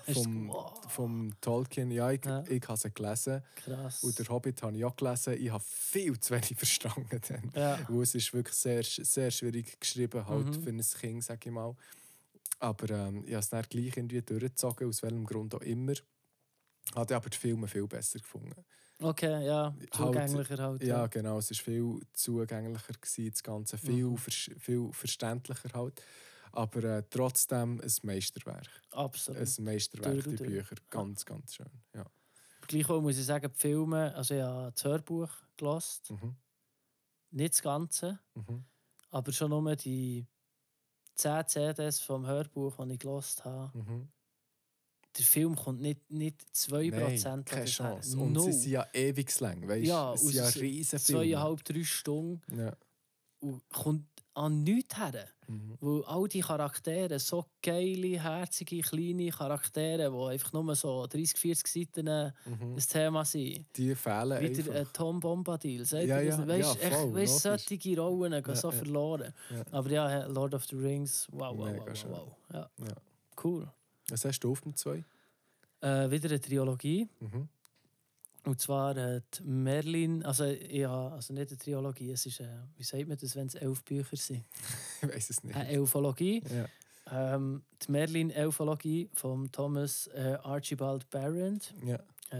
vom Tolkien. Ja, ich Ja. habe sie gelesen. Krass. Und der Hobbit habe ich auch gelesen. Ich habe viel zu wenig verstanden. Dann. Ja. Weil es ist wirklich sehr, sehr schwierig geschrieben halt für ein Kind, sage ich mal. Aber ich habe es dann gleich irgendwie durchgezogen, aus welchem Grund auch immer. Habe aber die Filme viel besser gefunden. Okay, ja. Zugänglicher halt. Ja, genau. Es war viel zugänglicher, das Ganze. Viel verständlicher halt. Aber trotzdem ein Meisterwerk. Absolut. Ein Meisterwerk, die Durch. Bücher. Ganz, ganz schön. Ja. Gleichwohl muss ich sagen, die Filme, also ich habe das Hörbuch gelesen. Mhm. Nicht das Ganze, Mhm. aber schon nur die 10 CDs vom Hörbuch, die ich gelesen habe. Mhm. Der Film kommt nicht 2% Nein, keine Chance. her. Und Null. sie sind ja ewig lang. Weißt? Ja, es sind ja aus riesen Filme. 2,5-3 Stunden Ja. und kommt an nichts her. Weil all die Charaktere, so geile, herzige, kleine Charaktere, die einfach nur so 30-40 Seiten ein Thema sind. Die fehlen Wieder einfach. Tom Bombadil. Sagt Ja, ihr das? ja, Weißt, ja, voll, weißt, logisch. solche Rollen gehen so ja. verloren. Ja. Aber ja, Lord of the Rings, wow. Mega schön. Ja. Ja. Cool. Was hast du auf dem 2? Wieder eine Trilogie. Mhm. Und zwar die Merlin, also nicht eine Trilogie, es ist, wie sagt man das, wenn es 11 Bücher sind? Ich weiß es nicht. Eine Elfologie. Ja. Die Merlin-Elfologie von Thomas Archibald Barrand. Ja,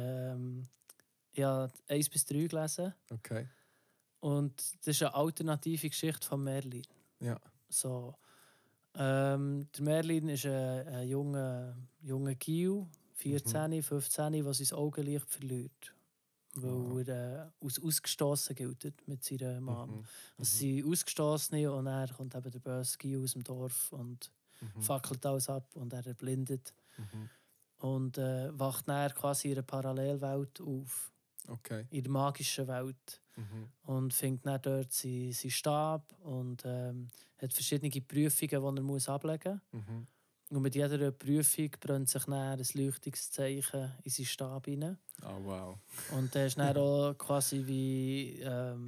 Ich habe 1-3 gelesen. okay. Und das ist eine alternative Geschichte von Merlin. Ja. So, der Merlin ist ein junger Gil, 14, 15, der sein Augenlicht verliert. Weil er als ausgestossen gilt mit seiner Mom. Also sie sind Ausgestossene und er kommt eben der böse Gil aus dem Dorf und fackelt alles ab und er erblindet. Und wacht dann quasi in einer Parallelwelt auf. Okay. In der magischen Welt. Und findet dann dort seinen Stab und hat verschiedene Prüfungen, die er muss ablegen muss. Und mit jeder Prüfung brennt sich dann ein Leuchtungszeichen in seinen Stab rein. Oh, wow. Und der ist dann auch quasi wie der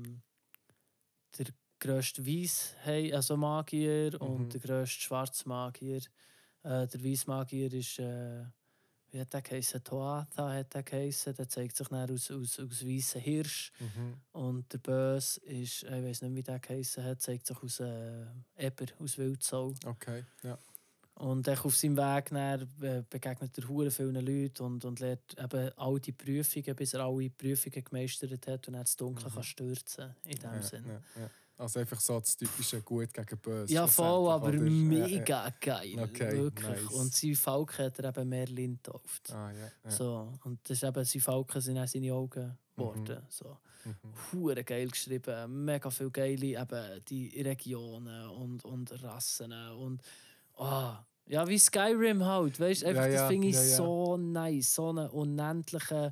grösste Magier und der grösste Schwarzmagier. Der Weissmagier ist, wie hat der geheißen? Toatha hat der geheißen. Der zeigt sich dann aus weißen Hirsch. Und der Böse ist, ich weiß nicht, wie der geheißen hat, zeigt sich aus Eber, aus Wildsau. Okay, ja. Und auf seinem Weg dann, begegnet er hure vielen Leuten und lernt eben all die Prüfungen, bis er alle Prüfungen gemeistert hat und dann das Dunkel kann stürzen in dem Sinn. Ja. Also einfach so das typische Gut gegen Böse. Ja, voll, aber oder? mega geil. Okay, wirklich. nice. Und sein Falken hat er eben Merlin getauft. Ah, ja. So, und das ist eben, sein Falken sind auch seine Augen geworden. So. Hure geil geschrieben, mega viele geile eben die Regionen und Rassen und ja, wie Skyrim halt, weißt du? Das finde ich so nice, so ein unendliches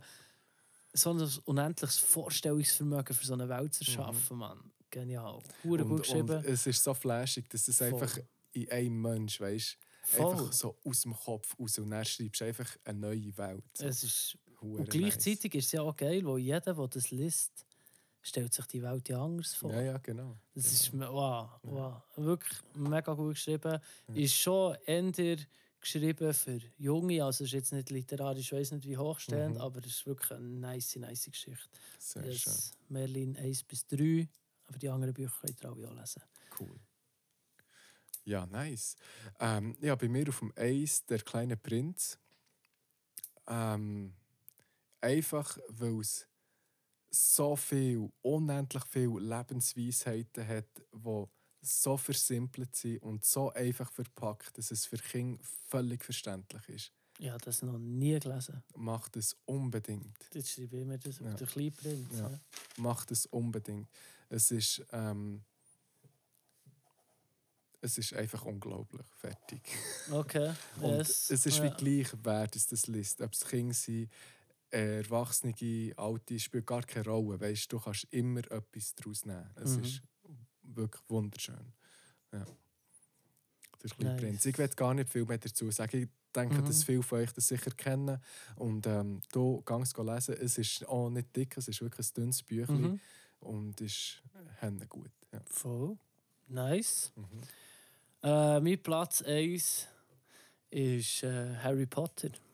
Vorstellungsvermögen für so eine Welt zu erschaffen, Mann. Genial. Hure gut geschrieben. Und es ist so flashig, dass es einfach in einem Mensch, weißt du, einfach so aus dem Kopf raus und dann schreibst du einfach eine neue Welt. So. Es ist, und gleichzeitig ist es ja auch geil, weil jeder, der das liest, stellt sich die Welt ja anders vor. Ja, genau. Das ist wow. Wirklich mega gut geschrieben. Ist schon eher geschrieben für Junge, also ist jetzt nicht literarisch, ich weiß nicht wie hochstehend, aber es ist wirklich eine nice Geschichte. Sehr schön. Merlin 1-3, aber die anderen Bücher könnt ihr alle auch lesen. Cool. Ja, nice. Ja, bei mir auf dem 1 «Der kleine Prinz». Einfach, weil es unendlich viele Lebensweisheiten hat, die so versimpelt sind und so einfach verpackt, dass es für Kinder völlig verständlich ist. Ich habe das noch nie gelesen. Macht es unbedingt. Jetzt schreibe ich mir das auf den kleinen Prinz. Ja. Macht es unbedingt. Es ist einfach unglaublich. Fertig. Okay. Und es ist wie gleich, wer das liest. Ob es Kinder sind, Erwachsene, Alte, spielt gar keine Rolle. Weißt, du kannst immer etwas daraus nehmen. Es ist wirklich wunderschön. Ja. Der kleine Prinz. Ich will gar nicht viel mehr dazu sagen. Ich denke, dass viele von euch das sicher kennen. Und hier ganz lesen. Es ist auch nicht dick, es ist wirklich ein dünnes Büchlein. Und ist gut. Ja. Voll. Nice. Mein Platz 1 ist Harry Potter.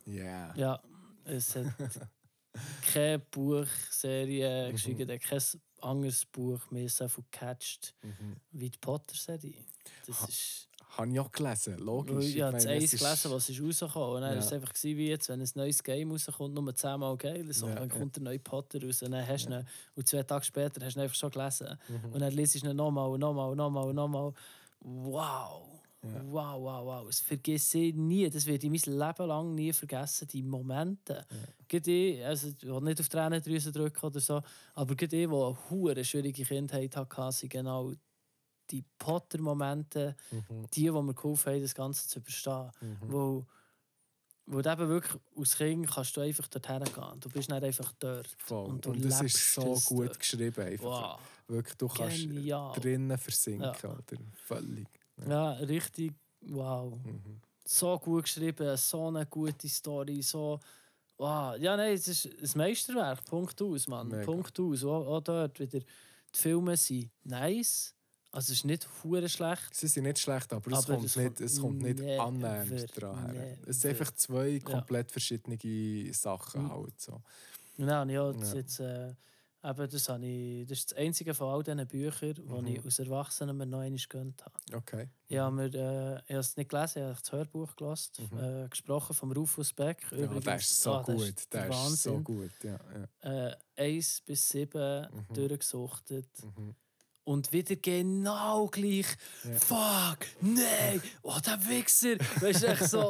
Yeah. Ja, es hat keine Buchserie geschrieben, der kein anderes Buch mehr so viel gecatcht wie die Potter-Serie. Das ist... Habe ich auch gelesen, logisch. Ich habe das meine, Eis es gelesen, was ist rausgekommen. Und dann war es einfach wie jetzt, wenn ein neues Game rauskommt, nur 10-mal geil. So, dann kommt der neue Potter raus. Und dann hast du ihn, und 2 Tage später hast du ihn einfach schon gelesen. Und dann liest du ihn nochmal und nochmal und nochmal und nochmal. Wow! Ja. Wow. Das vergesse ich nie. Das werde ich mein Leben lang nie vergessen, die Momente. Ja. Ich, also ich will nicht auf die Tränendrüse drücken oder so, aber ich, die eine hure schwierige Kindheit hatte, sind genau die Potter-Momente, die mir geholfen haben, das Ganze zu überstehen. Wo du eben wirklich als Kind kannst du einfach dorthin gehen. Du bist nicht einfach dort. Voll. Und das ist so gut dort geschrieben. Einfach. Wow. Wirklich, du kannst drinnen versinken. Oder? Völlig. Ja, richtig. Wow. So gut geschrieben, so eine gute Story. So, wow. Ja, nein, es ist ein Meisterwerk. Punkt aus, Mann. Mega. Punkt aus. Auch dort wieder. Die Filme sind nice. Also es ist nicht hure schlecht. Sie sind nicht schlecht, aber es kommt nicht annähernd dran. Es sind einfach 2 komplett verschiedene Sachen. Halt, so. Ja, jetzt, eben, das ist das einzige von all diesen Büchern, die ich als Erwachsener mir noch einmal gegönnt habe. Okay. Ich habe es nicht gelesen, ich habe das Hörbuch gelesen, gesprochen vom Rufus Beck. Ja, übrigens, der ist so gut. Der ist so gut. Ja. 1 bis 7 durchgesuchtet. Und wieder genau gleich. Ja. Fuck, nein, oh, der Wichser. Weißt du, echt so,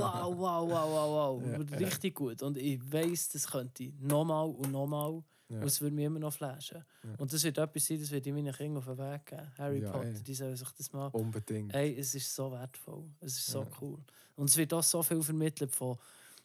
wow. Ja, richtig gut. Und ich weiss, das könnte nochmal und nochmal. Ja. Und es würde mich immer noch flashen. Ja. Und das wird etwas sein, das wird ich meinen Kindern auf den Weg geben. Harry Potter, die sollen sich das mal... Unbedingt. Ey, es ist so wertvoll. Es ist so cool. Und es wird auch so viel vermittelt von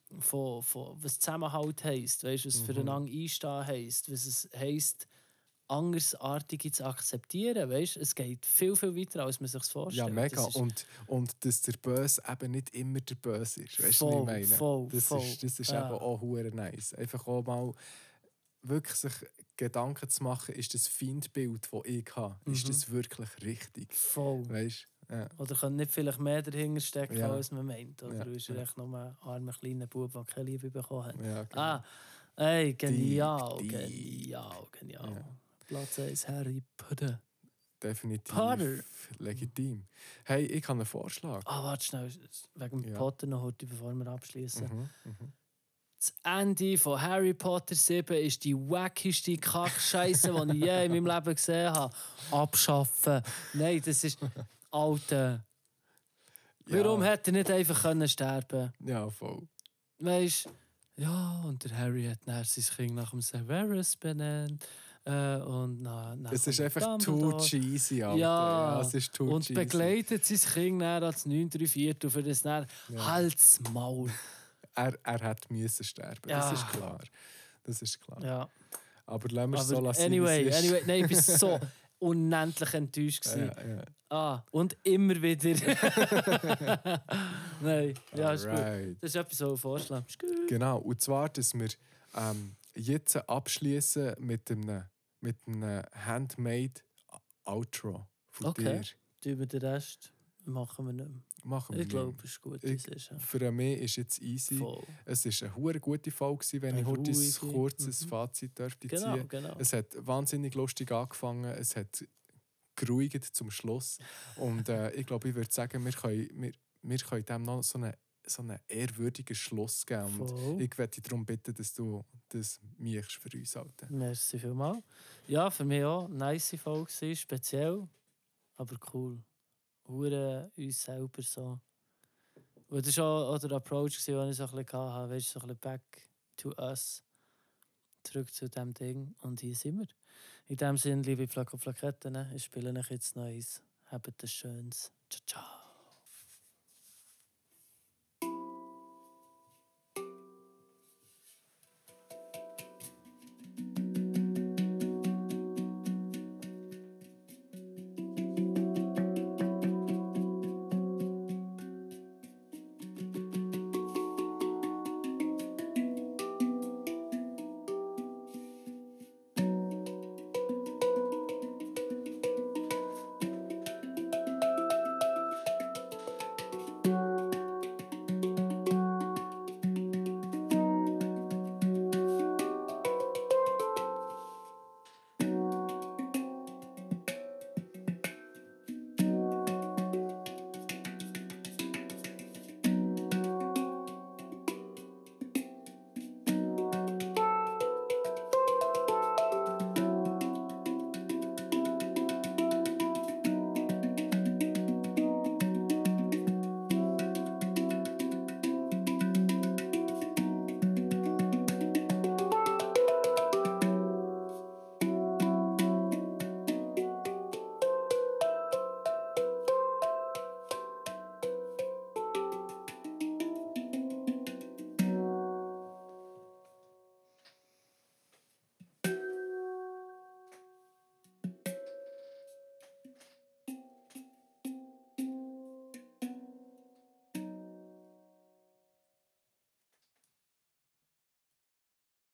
was Zusammenhalt heisst. Weißt du, was füreinander einstehen heisst. Was es heisst, Andersartige zu akzeptieren, weißt? Es geht viel, viel weiter, als man sich vorstellt. Ja, mega. Und dass der Böse eben nicht immer der Böse ist. Weißt du, was ich meine? Das ist eben auch hure nice. Einfach auch mal wirklich sich Gedanken zu machen, ist das Feindbild, das ich habe, ist das wirklich richtig? Voll. Weißt? Ja. Oder kann nicht vielleicht mehr dahinter stecken, als man meint? Oder ist er echt nur ein armer kleiner Bub, der keine Liebe bekommen hat? Ja, genau. Ey, genial. Ja. Platz 1, Harry Potter. Definitiv. Potter. Legitim. Hey, ich habe einen Vorschlag. Warte schnell. Wegen dem Potter noch heute, bevor wir abschließen. Das Ende von Harry Potter 7 ist die wackigste Kackscheiße, die ich je in meinem Leben gesehen habe. Abschaffen. Nein, das ist... Alter. Warum hätte er nicht einfach sterben können? Ja, voll. Weißt du? Ja, und der Harry hat dann sein Kind nach dem Severus benannt. Es ist einfach too cheesy, Alter. Ja, es ist too und cheesy. begleitet sein Kind dann als 9,3 für das dann Halt's Maul. Er hat müssen sterben, das ist klar. Ja. Aber lassen wir es so lassen. Anyway, nein, ich war so unendlich enttäuscht. Ja. Und immer wieder. Nein, ja, ist gut. Das ist etwas, was ich vorschlage. Genau, und zwar, dass wir jetzt abschließen mit einem Handmade Outro von dir. Okay, über den Rest machen wir nicht mehr. Ich glaube, es ist gut. Für mich ist jetzt easy. Voll. Es war eine gute Folge, wenn ich heute ein kurzes Fazit dürfte ziehen. Genau. Es hat wahnsinnig lustig angefangen. Es hat geruhigt zum Schluss. Und ich glaube, ich würde sagen, wir können dem noch so einen ehrwürdigen Schluss geben. Und ich möchte dich darum bitten, dass du das machst für uns. Alter. Merci vielmals. Ja, für mich auch eine nice Folge, speziell, aber cool. Hure uns selber so. Und das war auch der Approach, den ich so ein bisschen hatte. Weißt du, so ein bisschen back to us. Zurück zu diesem Ding. Und hier sind wir. In diesem Sinne, liebe Flak und Flaketten, ich spiele euch jetzt noch eins. Habt ein schönes. Ciao, ciao.